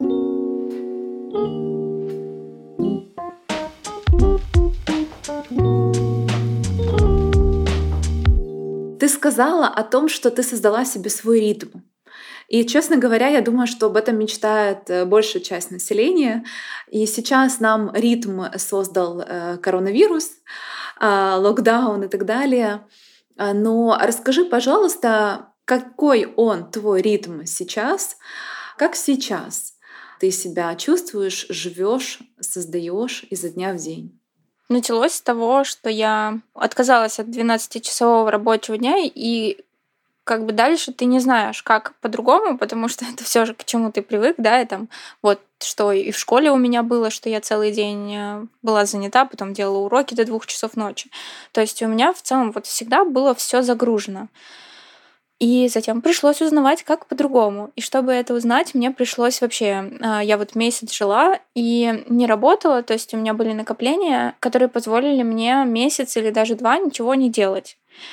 Speaker 1: Ты сказала о том, что ты создала себе свой ритм. И, честно говоря, я думаю, что об этом мечтает э, большая часть населения. И сейчас нам ритм создал э, коронавирус, а, локдаун и так далее. А, Но расскажи, пожалуйста, какой он, твой ритм сейчас, как сейчас ты себя чувствуешь, живешь, создаешь изо дня в день?
Speaker 2: Началось с того, что я отказалась от двенадцатичасового рабочего дня, и как бы дальше ты не знаешь, как по-другому, потому что это все же к чему ты привык, да, и там вот что и в школе у меня было, что я целый день э, была занята, потом делала уроки до двух часов ночи. То есть у меня в целом вот всегда было все загружено. И затем пришлось узнавать, как по-другому. И чтобы это узнать, мне пришлось вообще... а, Я вот месяц жила и не работала, то есть у меня были накопления, которые позволили мне месяц или даже два ничего не делать.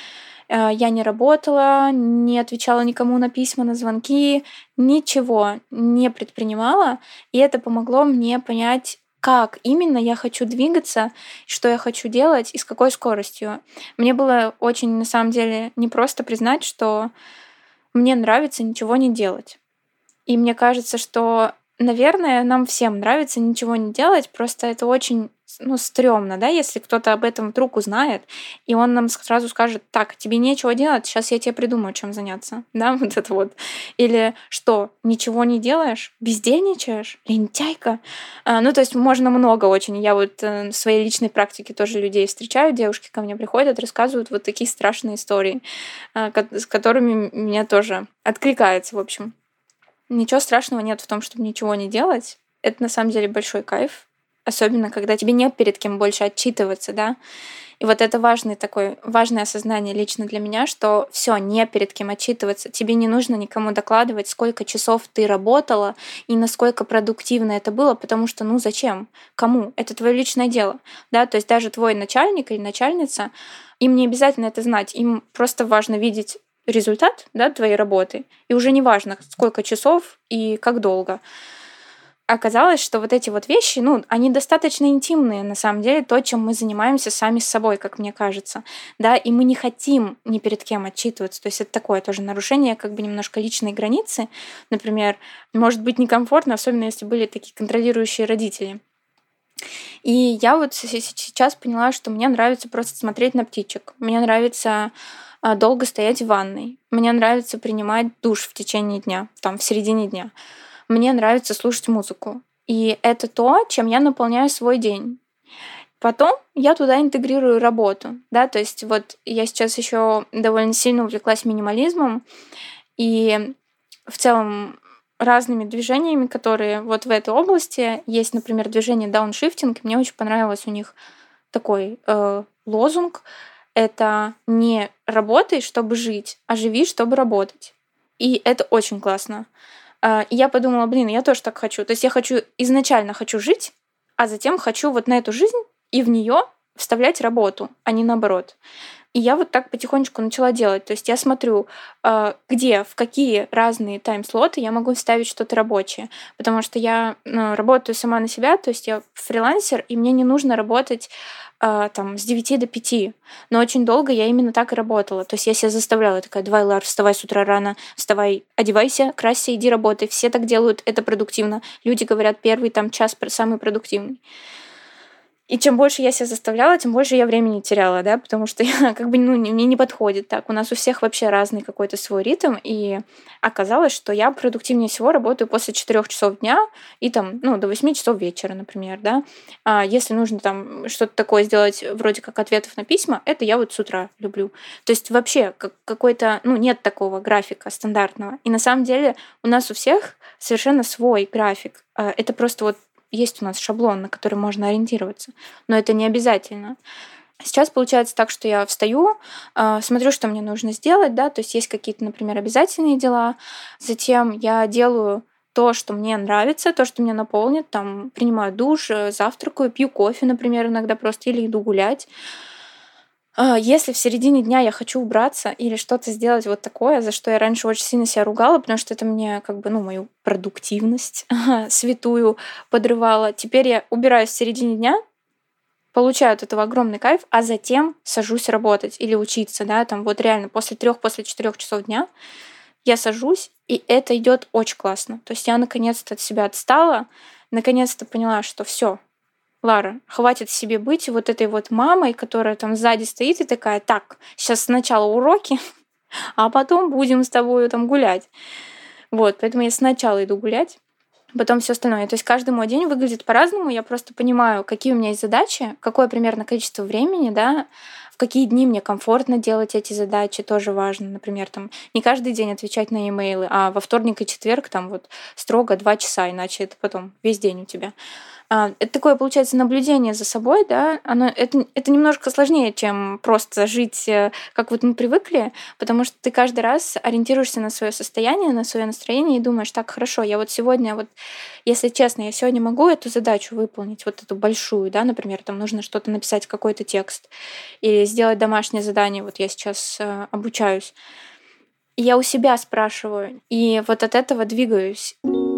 Speaker 2: Э, Я не работала, не отвечала никому на письма, на звонки, ничего не предпринимала. И это помогло мне понять, как именно я хочу двигаться, что я хочу делать и с какой скоростью. Мне было очень, на самом деле, непросто признать, что мне нравится ничего не делать. И мне кажется, что, наверное, нам всем нравится ничего не делать, просто это очень, ну, стрёмно, да, если кто-то об этом вдруг узнает, и он нам сразу скажет: так, тебе нечего делать, сейчас я тебе придумаю, чем заняться, да, вот это вот. Или что, ничего не делаешь, бездельничаешь, лентяйка. А, ну, то есть можно много очень. Я вот э, в своей личной практике тоже людей встречаю, девушки ко мне приходят, рассказывают вот такие страшные истории, а, ко- с которыми меня тоже откликается, в общем. Ничего страшного нет в том, чтобы ничего не делать. Это на самом деле большой кайф. Особенно, когда тебе нет перед кем больше отчитываться, да. И вот это важный такой, важное осознание лично для меня, что все, не перед кем отчитываться. Тебе не нужно никому докладывать, сколько часов ты работала и насколько продуктивно это было, потому что, ну зачем? Кому? Это твое личное дело, да. То есть даже твой начальник или начальница, им не обязательно это знать, им просто важно видеть результат, да, твоей работы, и уже не важно, сколько часов и как долго. Оказалось, что вот эти вот вещи, ну, они достаточно интимные, на самом деле, то, чем мы занимаемся сами с собой, как мне кажется, да, и мы не хотим ни перед кем отчитываться, то есть это такое тоже нарушение как бы немножко личной границы, например, может быть некомфортно, особенно если были такие контролирующие родители. И я вот с- с- сейчас поняла, что мне нравится просто смотреть на птичек, мне нравится а, долго стоять в ванной, мне нравится принимать душ в течение дня, там, в середине дня. Мне нравится слушать музыку. И это то, чем я наполняю свой день. Потом я туда интегрирую работу. Да? То есть вот я сейчас еще довольно сильно увлеклась минимализмом и в целом разными движениями, которые вот в этой области. Есть, например, движение дауншифтинг. Мне очень понравилось у них такой э, лозунг. Это не работай, чтобы жить, а живи, чтобы работать. И это очень классно. А, и я подумала: блин, я тоже так хочу. То есть я хочу, изначально хочу жить, а затем хочу вот на эту жизнь и в нее вставлять работу, а не наоборот. И я вот так потихонечку начала делать. То есть я смотрю, а, где, в какие разные тайм-слоты я могу вставить что-то рабочее. Потому что я ну, работаю сама на себя, то есть я фрилансер, и мне не нужно работать а, там, с девяти до пяти. Но очень долго я именно так и работала. То есть я себя заставляла, я такая: давай, Лар, вставай с утра рано, вставай, одевайся, красься, иди работай. Все так делают, это продуктивно. Люди говорят, первый там час пр- самый продуктивный. И чем больше я себя заставляла, тем больше я времени теряла, да, потому что я как бы, ну, не- мне не подходит так. У нас у всех вообще разный какой-то свой ритм, и оказалось, что я продуктивнее всего работаю после четырех часов дня и там, ну, до восьми часов вечера, например, да. А если нужно там что-то такое сделать, вроде как ответов на письма, это я вот с утра люблю. То есть вообще как, какой-то, ну, нет такого графика стандартного. И на самом деле у нас у всех совершенно свой график. А, Это просто вот есть у нас шаблон, на который можно ориентироваться, но это не обязательно. Сейчас получается так, что я встаю, а, смотрю, что мне нужно сделать, да, то есть есть какие-то, например, обязательные дела, затем я делаю то, что мне нравится, то, что меня наполнит, там, принимаю душ, э, завтракаю, пью кофе, например, иногда просто, или иду гулять. А, Если в середине дня я хочу убраться или что-то сделать вот такое, за что я раньше очень сильно себя ругала, потому что это мне как бы, ну, мою продуктивность святую подрывало. Теперь я убираюсь в середине дня, получаю от этого огромный кайф, а затем сажусь работать или учиться, да, там вот реально после трех, после четырех часов дня я сажусь, и это идет очень классно. То есть я наконец-то от себя отстала, наконец-то поняла, что все, Лара, хватит себе быть вот этой вот мамой, которая там сзади стоит и такая: так, сейчас сначала уроки, а потом будем с тобой там гулять. Вот, поэтому я сначала иду гулять, потом все остальное. То есть каждый мой день выглядит по-разному. Я просто понимаю, какие у меня есть задачи, какое примерно количество времени, да, в какие дни мне комфортно делать эти задачи, тоже важно. Например, там не каждый день отвечать на имейлы, а во вторник и четверг там вот строго два часа, иначе это потом весь день у тебя. А, Это такое, получается, наблюдение за собой, да, оно, это, это немножко сложнее, чем просто жить, э, как вот мы привыкли, потому что ты каждый раз ориентируешься на свое состояние, на свое настроение и думаешь: так, хорошо, я вот сегодня, вот, если честно, я сегодня могу эту задачу выполнить, вот эту большую, да, например, там нужно что-то написать, какой-то текст, или или сделать домашнее задание. Вот я сейчас э, обучаюсь. И я у себя спрашиваю, и вот от этого двигаюсь.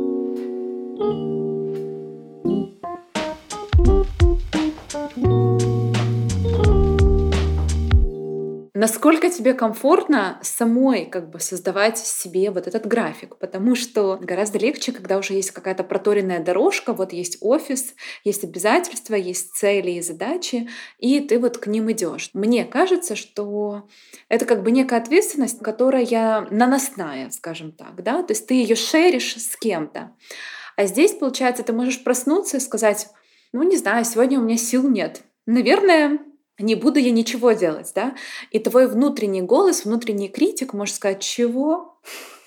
Speaker 1: Насколько тебе комфортно самой как бы создавать себе вот этот график? Потому что гораздо легче, когда уже есть какая-то проторенная дорожка, вот есть офис, есть обязательства, есть цели и задачи, и ты вот к ним идешь. Мне кажется, что это как бы некая ответственность, которая наносная, скажем так, да, то есть ты ее шеришь с кем-то. А здесь, получается, ты можешь проснуться и сказать, ну, не знаю, сегодня у меня сил нет. Наверное, не буду я ничего делать, да? И твой внутренний голос, внутренний критик может сказать, чего?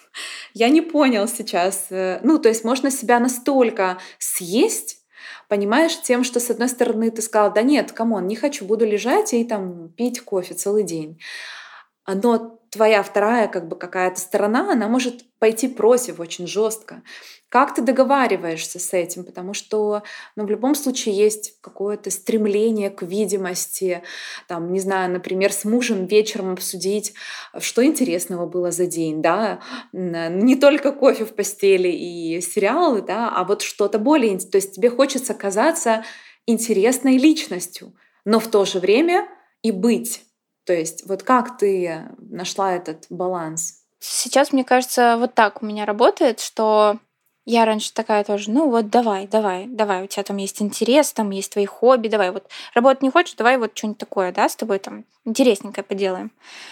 Speaker 1: Я не понял сейчас. Э, Ну, то есть можно себя настолько съесть, понимаешь, тем, что с одной стороны ты сказал, да нет, камон, не хочу, буду лежать и там пить кофе целый день. А, Но твоя вторая как бы какая-то сторона, она может пойти против очень жестко. Как ты договариваешься с этим? Потому что ну, в любом случае есть какое-то стремление к видимости. Там, не знаю, например, с мужем вечером обсудить, что интересного было за день. Да? Н- Не только кофе в постели и сериалы, да, а вот что-то более... ин- То есть тебе хочется казаться интересной личностью, но в то же время и быть. То есть вот как ты нашла этот баланс?
Speaker 2: Сейчас, мне кажется, вот так у меня работает, что я раньше такая тоже, ну вот давай, давай, давай, у тебя там есть интерес, там есть твои хобби, давай вот работать не хочешь, давай вот что-нибудь такое, да, с тобой там интересненькое поделаем.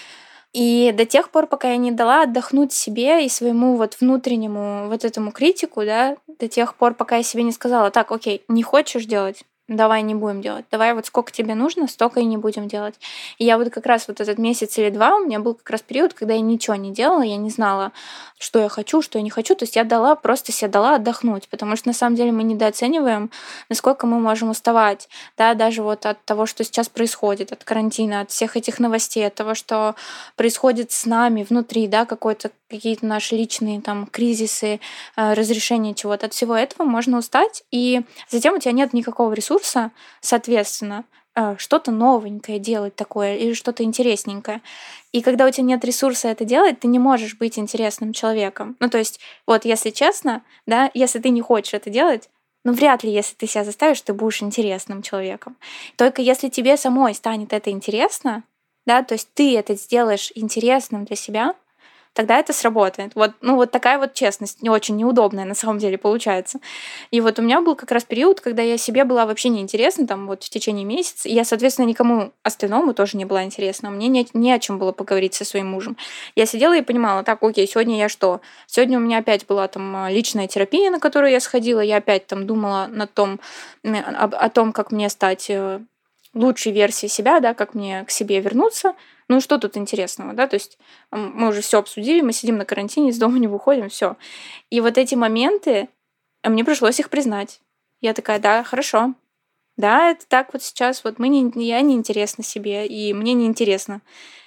Speaker 2: И до тех пор, пока я не дала отдохнуть себе и своему вот внутреннему вот этому критику, да, до тех пор, пока я себе не сказала, так, окей, не хочешь делать, давай не будем делать, давай вот сколько тебе нужно, столько и не будем делать. И я вот как раз вот этот месяц или два у меня был как раз период, когда я ничего не делала, я не знала, что я хочу, что я не хочу, то есть я дала, просто себе дала отдохнуть, потому что на самом деле мы недооцениваем, насколько мы можем уставать, да, даже вот от того, что сейчас происходит, от карантина, от всех этих новостей, от того, что происходит с нами внутри, да, какой-то какие-то наши личные там кризисы, э, разрешение чего-то. От всего этого можно устать, и затем у тебя нет никакого ресурса, соответственно, э, что-то новенькое делать такое или что-то интересненькое. И когда у тебя нет ресурса это делать, ты не можешь быть интересным человеком. Ну, то есть, вот если честно, да, если ты не хочешь это делать, ну, вряд ли, если ты себя заставишь, ты будешь интересным человеком. Только если тебе самой станет это интересно, да, то есть ты это сделаешь интересным для себя, тогда это сработает. Вот, ну, вот такая вот честность, не очень неудобная на самом деле получается. И вот у меня был как раз период, когда я себе была вообще неинтересна, там вот в течение месяца, и я, соответственно, никому остальному тоже не была интересна. Мне не, не о чем было поговорить со своим мужем. Я сидела и понимала, так, окей, сегодня я что? Сегодня у меня опять была там личная терапия, на которую я сходила, я опять там думала на том, о, о том, как мне стать э, лучшей версией себя, да, как мне к себе вернуться. Ну, что тут интересного, да? То есть м, мы уже все обсудили, мы сидим на карантине, из дома не выходим, все. И вот эти моменты, а мне пришлось их признать. Я такая, да, хорошо. Да, это так вот сейчас, вот мы не, я не интересна себе, и мне не интересно.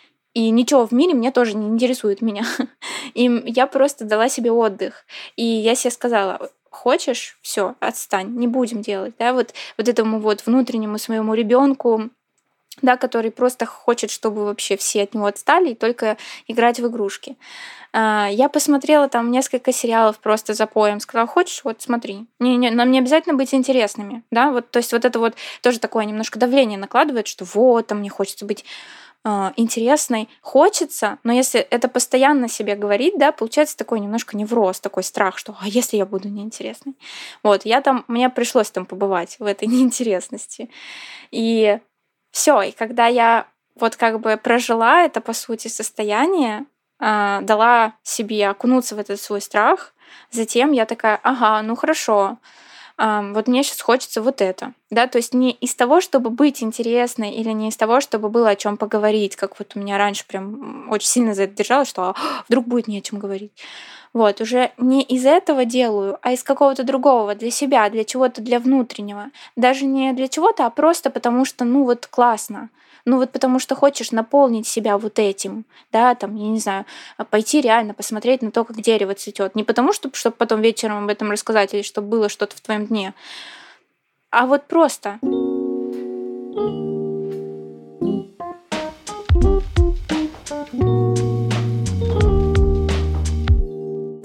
Speaker 2: И ничего в мире мне тоже не интересует меня. И я просто дала себе отдых. И я себе сказала, хочешь, все, отстань, не будем делать. Да, вот, вот этому вот внутреннему своему ребенку, да, который просто хочет, чтобы вообще все от него отстали и только играть в игрушки. А, Я посмотрела там несколько сериалов просто за поем, сказала, хочешь, вот смотри. Не, не, нам не обязательно быть интересными, да, вот, то есть вот это вот тоже такое немножко давление накладывает, что вот, там мне хочется быть а, интересной. Хочется, но если это постоянно себе говорить, да, получается такой немножко невроз, такой страх, что а если я буду неинтересной? Вот, я там, мне пришлось там побывать в этой неинтересности. И все, и когда я вот как бы прожила это, по сути, состояние, а, дала себе окунуться в этот свой страх, затем я такая, ага, ну хорошо, ам, вот мне сейчас хочется вот это. Да, то есть не из того, чтобы быть интересной, или не из того, чтобы было о чем поговорить, как вот у меня раньше прям м, очень сильно за это держалась, что «А, вдруг будет не о чем говорить. Вот, уже не из этого делаю, а из какого-то другого, для себя, для чего-то, для внутреннего. Даже не для чего-то, а просто потому что, ну вот классно. Ну вот потому что хочешь наполнить себя вот этим, да, там, я не знаю, а, пойти реально посмотреть на то, как дерево цветет. Не потому, что, чтобы потом вечером об этом рассказать или чтобы было что-то в твоем дне, а вот просто.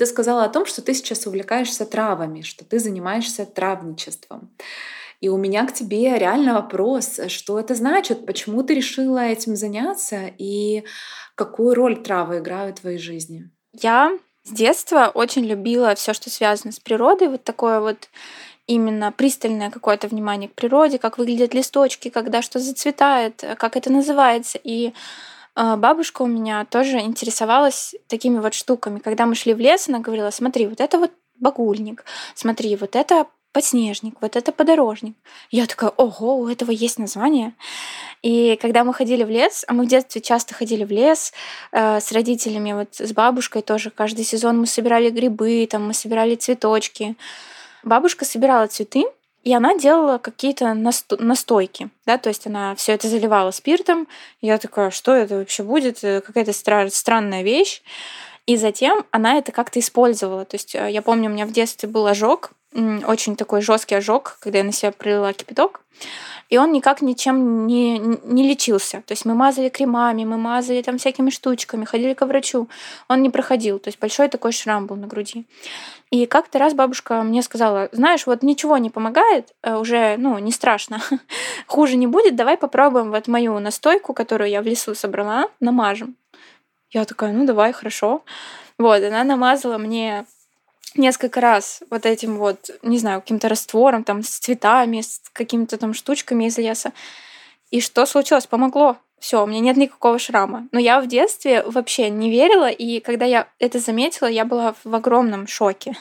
Speaker 1: Ты сказала о том, что ты сейчас увлекаешься травами, что ты занимаешься травничеством. И у меня к тебе реально вопрос, что это значит, почему ты решила этим заняться и какую роль травы играют в твоей жизни?
Speaker 2: Я с детства очень любила все, что связано с природой, вот такое вот именно пристальное какое-то внимание к природе, как выглядят листочки, когда что зацветает, э, как это называется. И а, бабушка у меня тоже интересовалась такими вот штуками. Когда мы шли в лес, она говорила: смотри, вот это вот багульник, смотри, вот это подснежник, вот это подорожник. Я такая: ого, у этого есть название. И когда мы ходили в лес, а мы в детстве часто ходили в лес э, с родителями, вот с бабушкой тоже, каждый сезон мы собирали грибы, там мы собирали цветочки. Бабушка собирала цветы, и она делала какие-то насто- настойки, да, то есть она все это заливала спиртом. Я такая: что это вообще будет? Э, Какая-то стра- странная вещь. И затем она это как-то использовала. То есть э, я помню, у меня в детстве был ожог, м, очень такой жесткий ожог, когда я на себя пролила кипяток, и он никак ничем не, не лечился. То есть мы мазали кремами, мы мазали там всякими штучками, ходили к врачу. Он не проходил. То есть большой такой шрам был на груди. И как-то раз бабушка мне сказала: знаешь, вот ничего не помогает, э, уже, ну, не страшно, хуже не будет, давай попробуем вот мою настойку, которую я в лесу собрала, намажем. Я такая: ну давай, хорошо. Вот, она намазала мне несколько раз вот этим вот, не знаю, каким-то раствором, там, с цветами, с какими-то там штучками из леса. И что случилось? Помогло. Все, у меня нет никакого шрама. Но я в детстве вообще не верила, и когда я это заметила, я была в огромном шоке.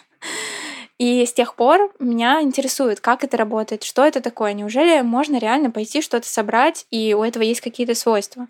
Speaker 2: И с тех пор меня интересует, как это работает, что это такое. Неужели можно реально пойти что-то собрать, и у этого есть какие-то свойства?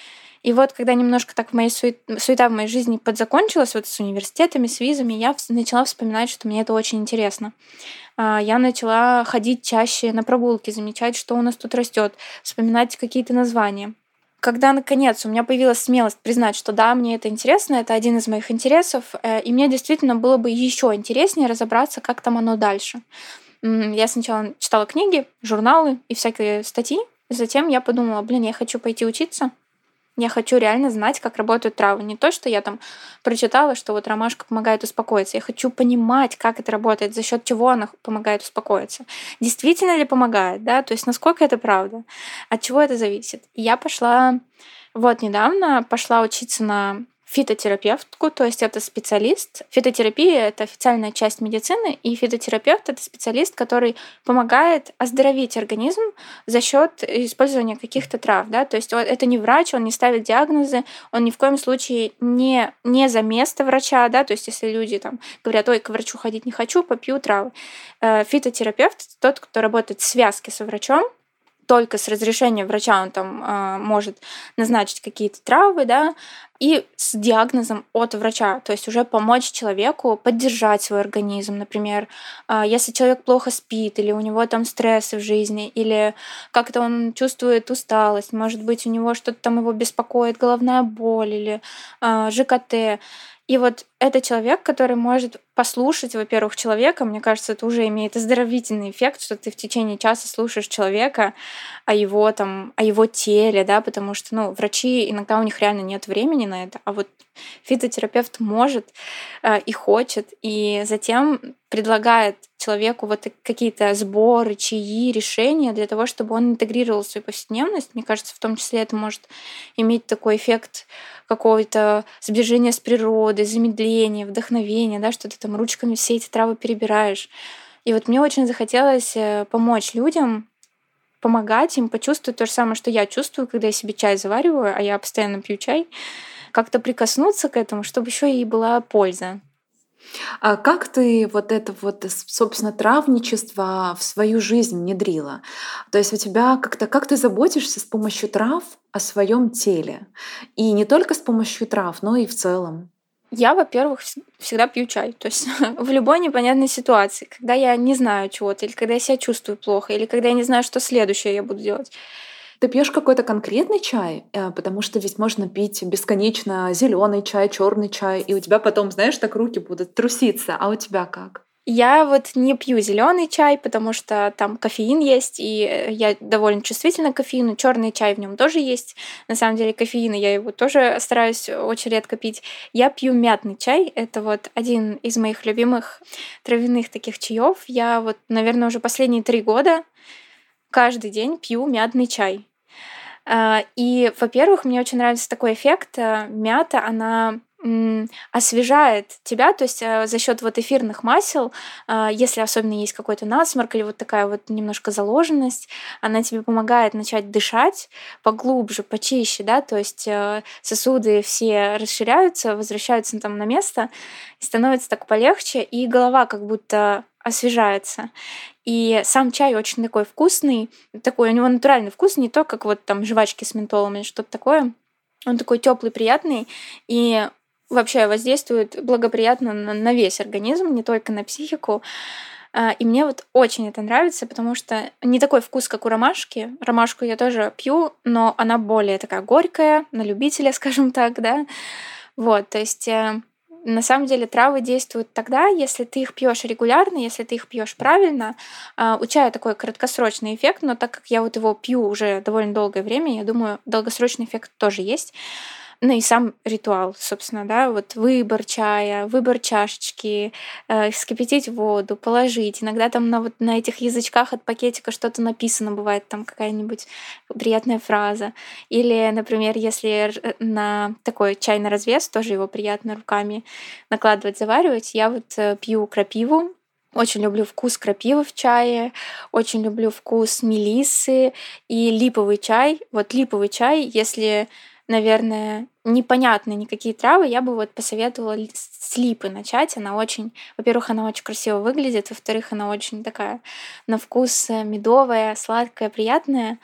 Speaker 2: И вот когда немножко так в моей сует- суета в моей жизни подзакончилась, вот с университетами, с визами, я вс- начала вспоминать, что мне это очень интересно. А, Я начала ходить чаще на прогулки, замечать, что у нас тут растет, вспоминать какие-то названия. Когда, наконец, у меня появилась смелость признать, что да, мне это интересно, это один из моих интересов, э, и мне действительно было бы еще интереснее разобраться, как там оно дальше. М, Я сначала читала книги, журналы и всякие статьи, затем я подумала: блин, я хочу пойти учиться, я хочу реально знать, как работают травы. Не то, что я там прочитала, что вот ромашка помогает успокоиться. Я хочу понимать, как это работает, за счет чего она помогает успокоиться. Действительно ли помогает, да? То есть насколько это правда? От чего это зависит? И я пошла, вот недавно пошла учиться на фитотерапевтку, то есть это специалист. Фитотерапия — это официальная часть медицины, и фитотерапевт — это специалист, который помогает оздоровить организм за счет использования каких-то трав, да, то есть он- это не врач, он не ставит диагнозы, он ни в коем случае не, не за место врача, да, то есть если люди там говорят: ой, к врачу ходить не хочу, попью травы. Э, Фитотерапевт — это тот, кто работает в связке со врачом, только с разрешения врача он там а, может назначить какие-то травы, да, и с диагнозом от врача, то есть уже помочь человеку поддержать свой организм, например, а, если человек плохо спит, или у него там стрессы в жизни, или как-то он чувствует усталость, может быть, у него что-то там его беспокоит, головная боль или а, Ж К Т. И вот это человек, который может послушать, во-первых, человека. Мне кажется, это уже имеет оздоровительный эффект, что ты в течение часа слушаешь человека о его там, о его теле, да, потому что, ну, врачи иногда у них реально нет времени на это, а вот фитотерапевт может э, и хочет, и затем предлагает человеку вот так- какие-то сборы, чаи, решения для того, чтобы он интегрировал в свою повседневность. Мне кажется, в том числе это может иметь такой эффект какого-то сближения с природой, замедления, вдохновения, да, что ты там ручками все эти травы перебираешь. И вот мне очень захотелось э, помочь людям, помогать им почувствовать то же самое, что я чувствую, когда я себе чай завариваю, а я постоянно пью чай, как-то прикоснуться к этому, чтобы еще и была польза.
Speaker 1: А как ты вот это вот, с- собственно, травничество в свою жизнь внедрила? То есть у тебя как-то, как ты заботишься с помощью трав о своем теле? И не только с помощью трав, но и в целом.
Speaker 2: Я, во-первых, вс- всегда пью чай. То есть в любой непонятной ситуации, когда я не знаю чего-то, или когда я себя чувствую плохо, или когда я не знаю, что следующее я буду делать.
Speaker 1: Ты пьешь какой-то конкретный чай? Э, Потому что ведь можно пить бесконечно зеленый чай, черный чай, и у тебя потом, знаешь, так руки будут труситься. А у тебя как?
Speaker 2: Я вот не пью зеленый чай, потому что там кофеин есть, и я довольно чувствительна к кофеину. Черный чай в нем тоже есть. На самом деле кофеин, я его тоже стараюсь очень редко пить. Я пью мятный чай. Это вот один из моих любимых травяных таких чаев. Я вот, наверное, уже последние три года каждый день пью мятный чай. И, во-первых, мне очень нравится такой эффект. Мята, она освежает тебя, то есть за счет вот эфирных масел, если особенно есть какой-то насморк или вот такая вот немножко заложенность, она тебе помогает начать дышать поглубже, почище, да, то есть сосуды все расширяются, возвращаются там на место, и становится так полегче, и голова как будто освежается. И сам чай очень такой вкусный, такой у него натуральный вкус, не то, как вот там жвачки с ментолом или что-то такое. Он такой теплый, приятный, и вообще воздействует благоприятно на весь организм, не только на психику. И мне вот очень это нравится, потому что не такой вкус, как у ромашки. Ромашку я тоже пью, но она более такая горькая, на любителя, скажем так, да. Вот, то есть на самом деле травы действуют тогда, если ты их пьешь регулярно, если ты их пьешь правильно. У чая такой краткосрочный эффект, но так как я вот его пью уже довольно долгое время, я думаю, долгосрочный эффект тоже есть. Ну и сам ритуал, собственно, да, вот выбор чая, выбор чашечки, э, вскипятить воду, положить. Иногда там на, вот, на этих язычках от пакетика что-то написано, бывает там какая-нибудь приятная фраза. Или, например, если на такой чай на развес, тоже его приятно руками накладывать, заваривать, я вот пью крапиву. Очень люблю вкус крапивы в чае, очень люблю вкус мелиссы и липовый чай. Вот липовый чай, если, наверное, непонятны никакие травы, я бы вот посоветовала с липы начать. Она очень, во-первых, она очень красиво выглядит, во-вторых, она очень такая на вкус медовая, сладкая, приятная.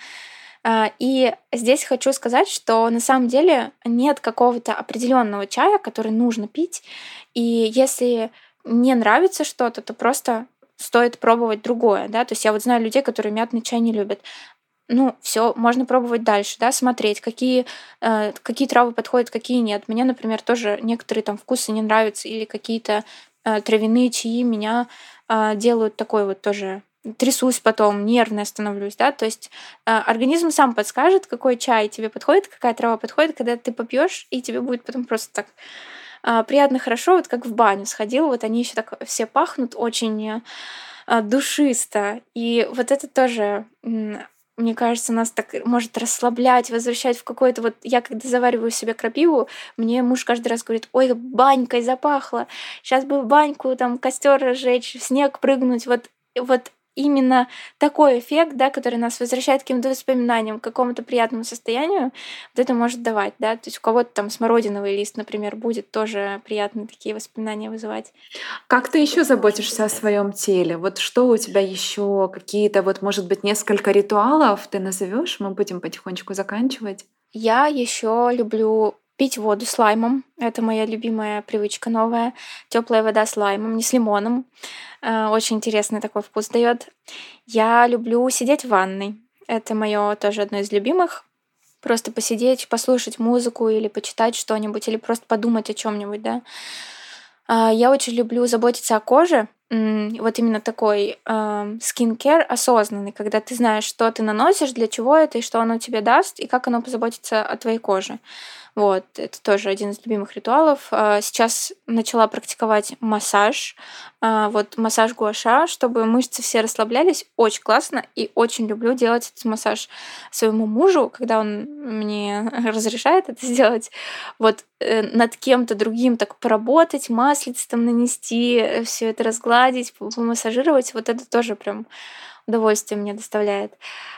Speaker 2: И здесь хочу сказать, что на самом деле нет какого-то определенного чая, который нужно пить. И если не нравится что-то, то просто стоит пробовать другое, да. То есть я вот знаю людей, которые мятный чай не любят. Ну, все, можно пробовать дальше, да, смотреть, какие, э, какие травы подходят, какие нет. Мне, например, тоже некоторые там вкусы не нравятся, или какие-то э, травяные чаи меня э, делают такой вот тоже трясусь потом, нервная становлюсь, да, то есть э, организм сам подскажет, какой чай тебе подходит, какая трава подходит, когда ты попьешь, и тебе будет потом просто так э, приятно, хорошо, вот как в баню сходил, вот они еще так все пахнут очень э, душисто, и вот это тоже мне кажется, нас так может расслаблять, возвращать в какой-то вот... Я когда завариваю себе крапиву, мне муж каждый раз говорит: ой, банькой запахло, сейчас бы в баньку, там, костер разжечь, в снег прыгнуть. Вот, вот именно такой эффект, да, который нас возвращает к каким-то воспоминаниям, к какому-то приятному состоянию, вот это может давать, да. То есть у кого-то там смородиновый лист, например, будет тоже приятные такие воспоминания вызывать.
Speaker 1: Как ты еще заботишься о своем теле? Вот что у тебя еще? Какие-то, вот, может быть, несколько ритуалов ты назовешь? Мы будем потихонечку заканчивать.
Speaker 2: Я еще люблю пить воду с лаймом. Это моя любимая привычка новая. Теплая вода с лаймом, не с лимоном. Очень интересный такой вкус дает. Я люблю сидеть в ванной. Это мое тоже одно из любимых. Просто посидеть, послушать музыку или почитать что-нибудь, или просто подумать о чем-нибудь, да. Я очень люблю заботиться о коже. Вот именно такой скин-кэр осознанный, когда ты знаешь, что ты наносишь, для чего это, и что оно тебе даст, и как оно позаботится о твоей коже. Вот, это тоже один из любимых ритуалов. Сейчас начала практиковать массаж. Вот массаж гуаша, чтобы мышцы все расслаблялись. Очень классно. И очень люблю делать этот массаж своему мужу, когда он мне разрешает это сделать. Вот над кем-то другим так поработать, маслице там нанести, все это разгладить, помассажировать. Вот это тоже прям удовольствие мне доставляет.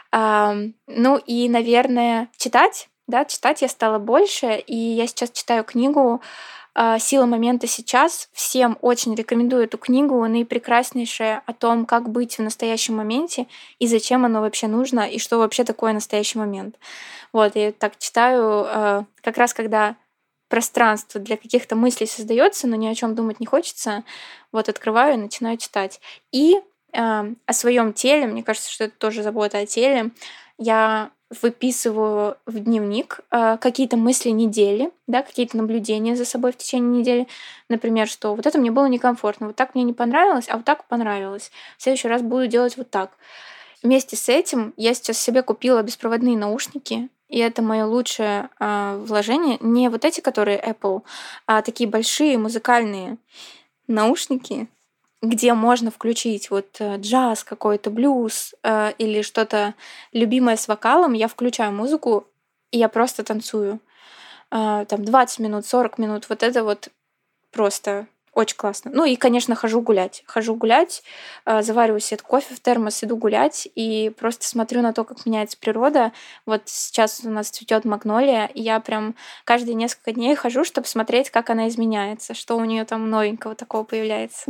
Speaker 2: Ну и, наверное, читать. Да, читать я стала больше, и я сейчас читаю книгу «Сила момента сейчас». Всем очень рекомендую эту книгу, она и прекраснейшая о том, как быть в настоящем моменте, и зачем оно вообще нужно, и что вообще такое настоящий момент. Вот, я так читаю, как раз когда пространство для каких-то мыслей создается, но ни о чем думать не хочется, вот открываю и начинаю читать. И о своем теле, мне кажется, что это тоже забота о теле. я выписываю в дневник э, какие-то мысли недели, да, какие-то наблюдения за собой в течение недели. Например, что вот это мне было некомфортно, вот так мне не понравилось, а вот так понравилось. В следующий раз буду делать вот так. Вместе с этим я сейчас себе купила беспроводные наушники, и это мое лучшее э, вложение. Не вот эти, которые Apple, а такие большие музыкальные наушники, где можно включить вот э, джаз какой-то, блюз э, или что-то любимое с вокалом. Я включаю музыку, и я просто танцую. Э, там двадцать минут, сорок минут. Вот это вот просто очень классно. Ну и, конечно, хожу гулять. Хожу гулять, э, завариваю себе кофе в термос, иду гулять и просто смотрю на то, как меняется природа. Вот сейчас у нас цветет магнолия, и я прям каждые несколько дней хожу, чтобы смотреть, как она изменяется, что у нее там новенького такого появляется.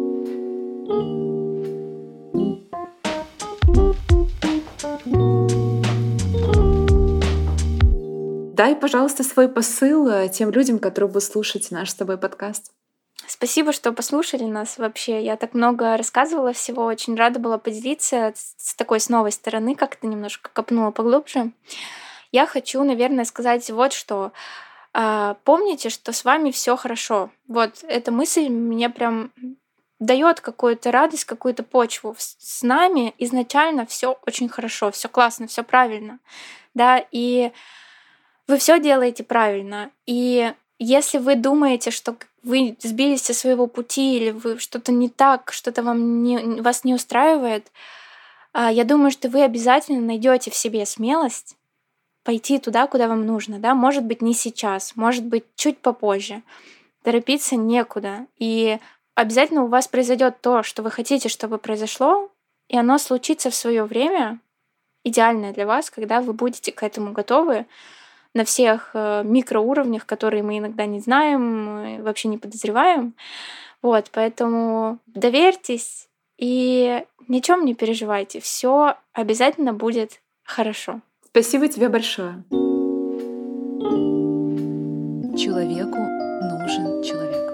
Speaker 1: Дай, пожалуйста, свой посыл э, тем людям, которые будут слушать наш с тобой подкаст.
Speaker 2: Спасибо, что послушали нас вообще. Я так много рассказывала всего. Очень рада была поделиться с такой с новой стороны, как-то немножко копнула поглубже. Я хочу, наверное, сказать вот что. А, Помните, что с вами все хорошо. Вот эта мысль мне прям дает какую-то радость, какую-то почву. С с нами изначально все очень хорошо, все классно, все правильно. Да, и вы все делаете правильно. И если вы думаете, что к- вы сбились со своего пути или вы что-то не так, что-то вам не, вас не устраивает, а, я думаю, что вы обязательно найдете в себе смелость пойти туда, куда вам нужно. Да? Может быть, не сейчас, может быть, чуть попозже. Торопиться некуда. И обязательно у вас произойдет то, что вы хотите, чтобы произошло, и оно случится в свое время, идеальное для вас, когда вы будете к этому готовы на всех э, микроуровнях, которые мы иногда не знаем, э, вообще не подозреваем. Вот, поэтому доверьтесь и ни о чем не переживайте. Все обязательно будет хорошо.
Speaker 1: Спасибо тебе большое. Человеку нужен человек.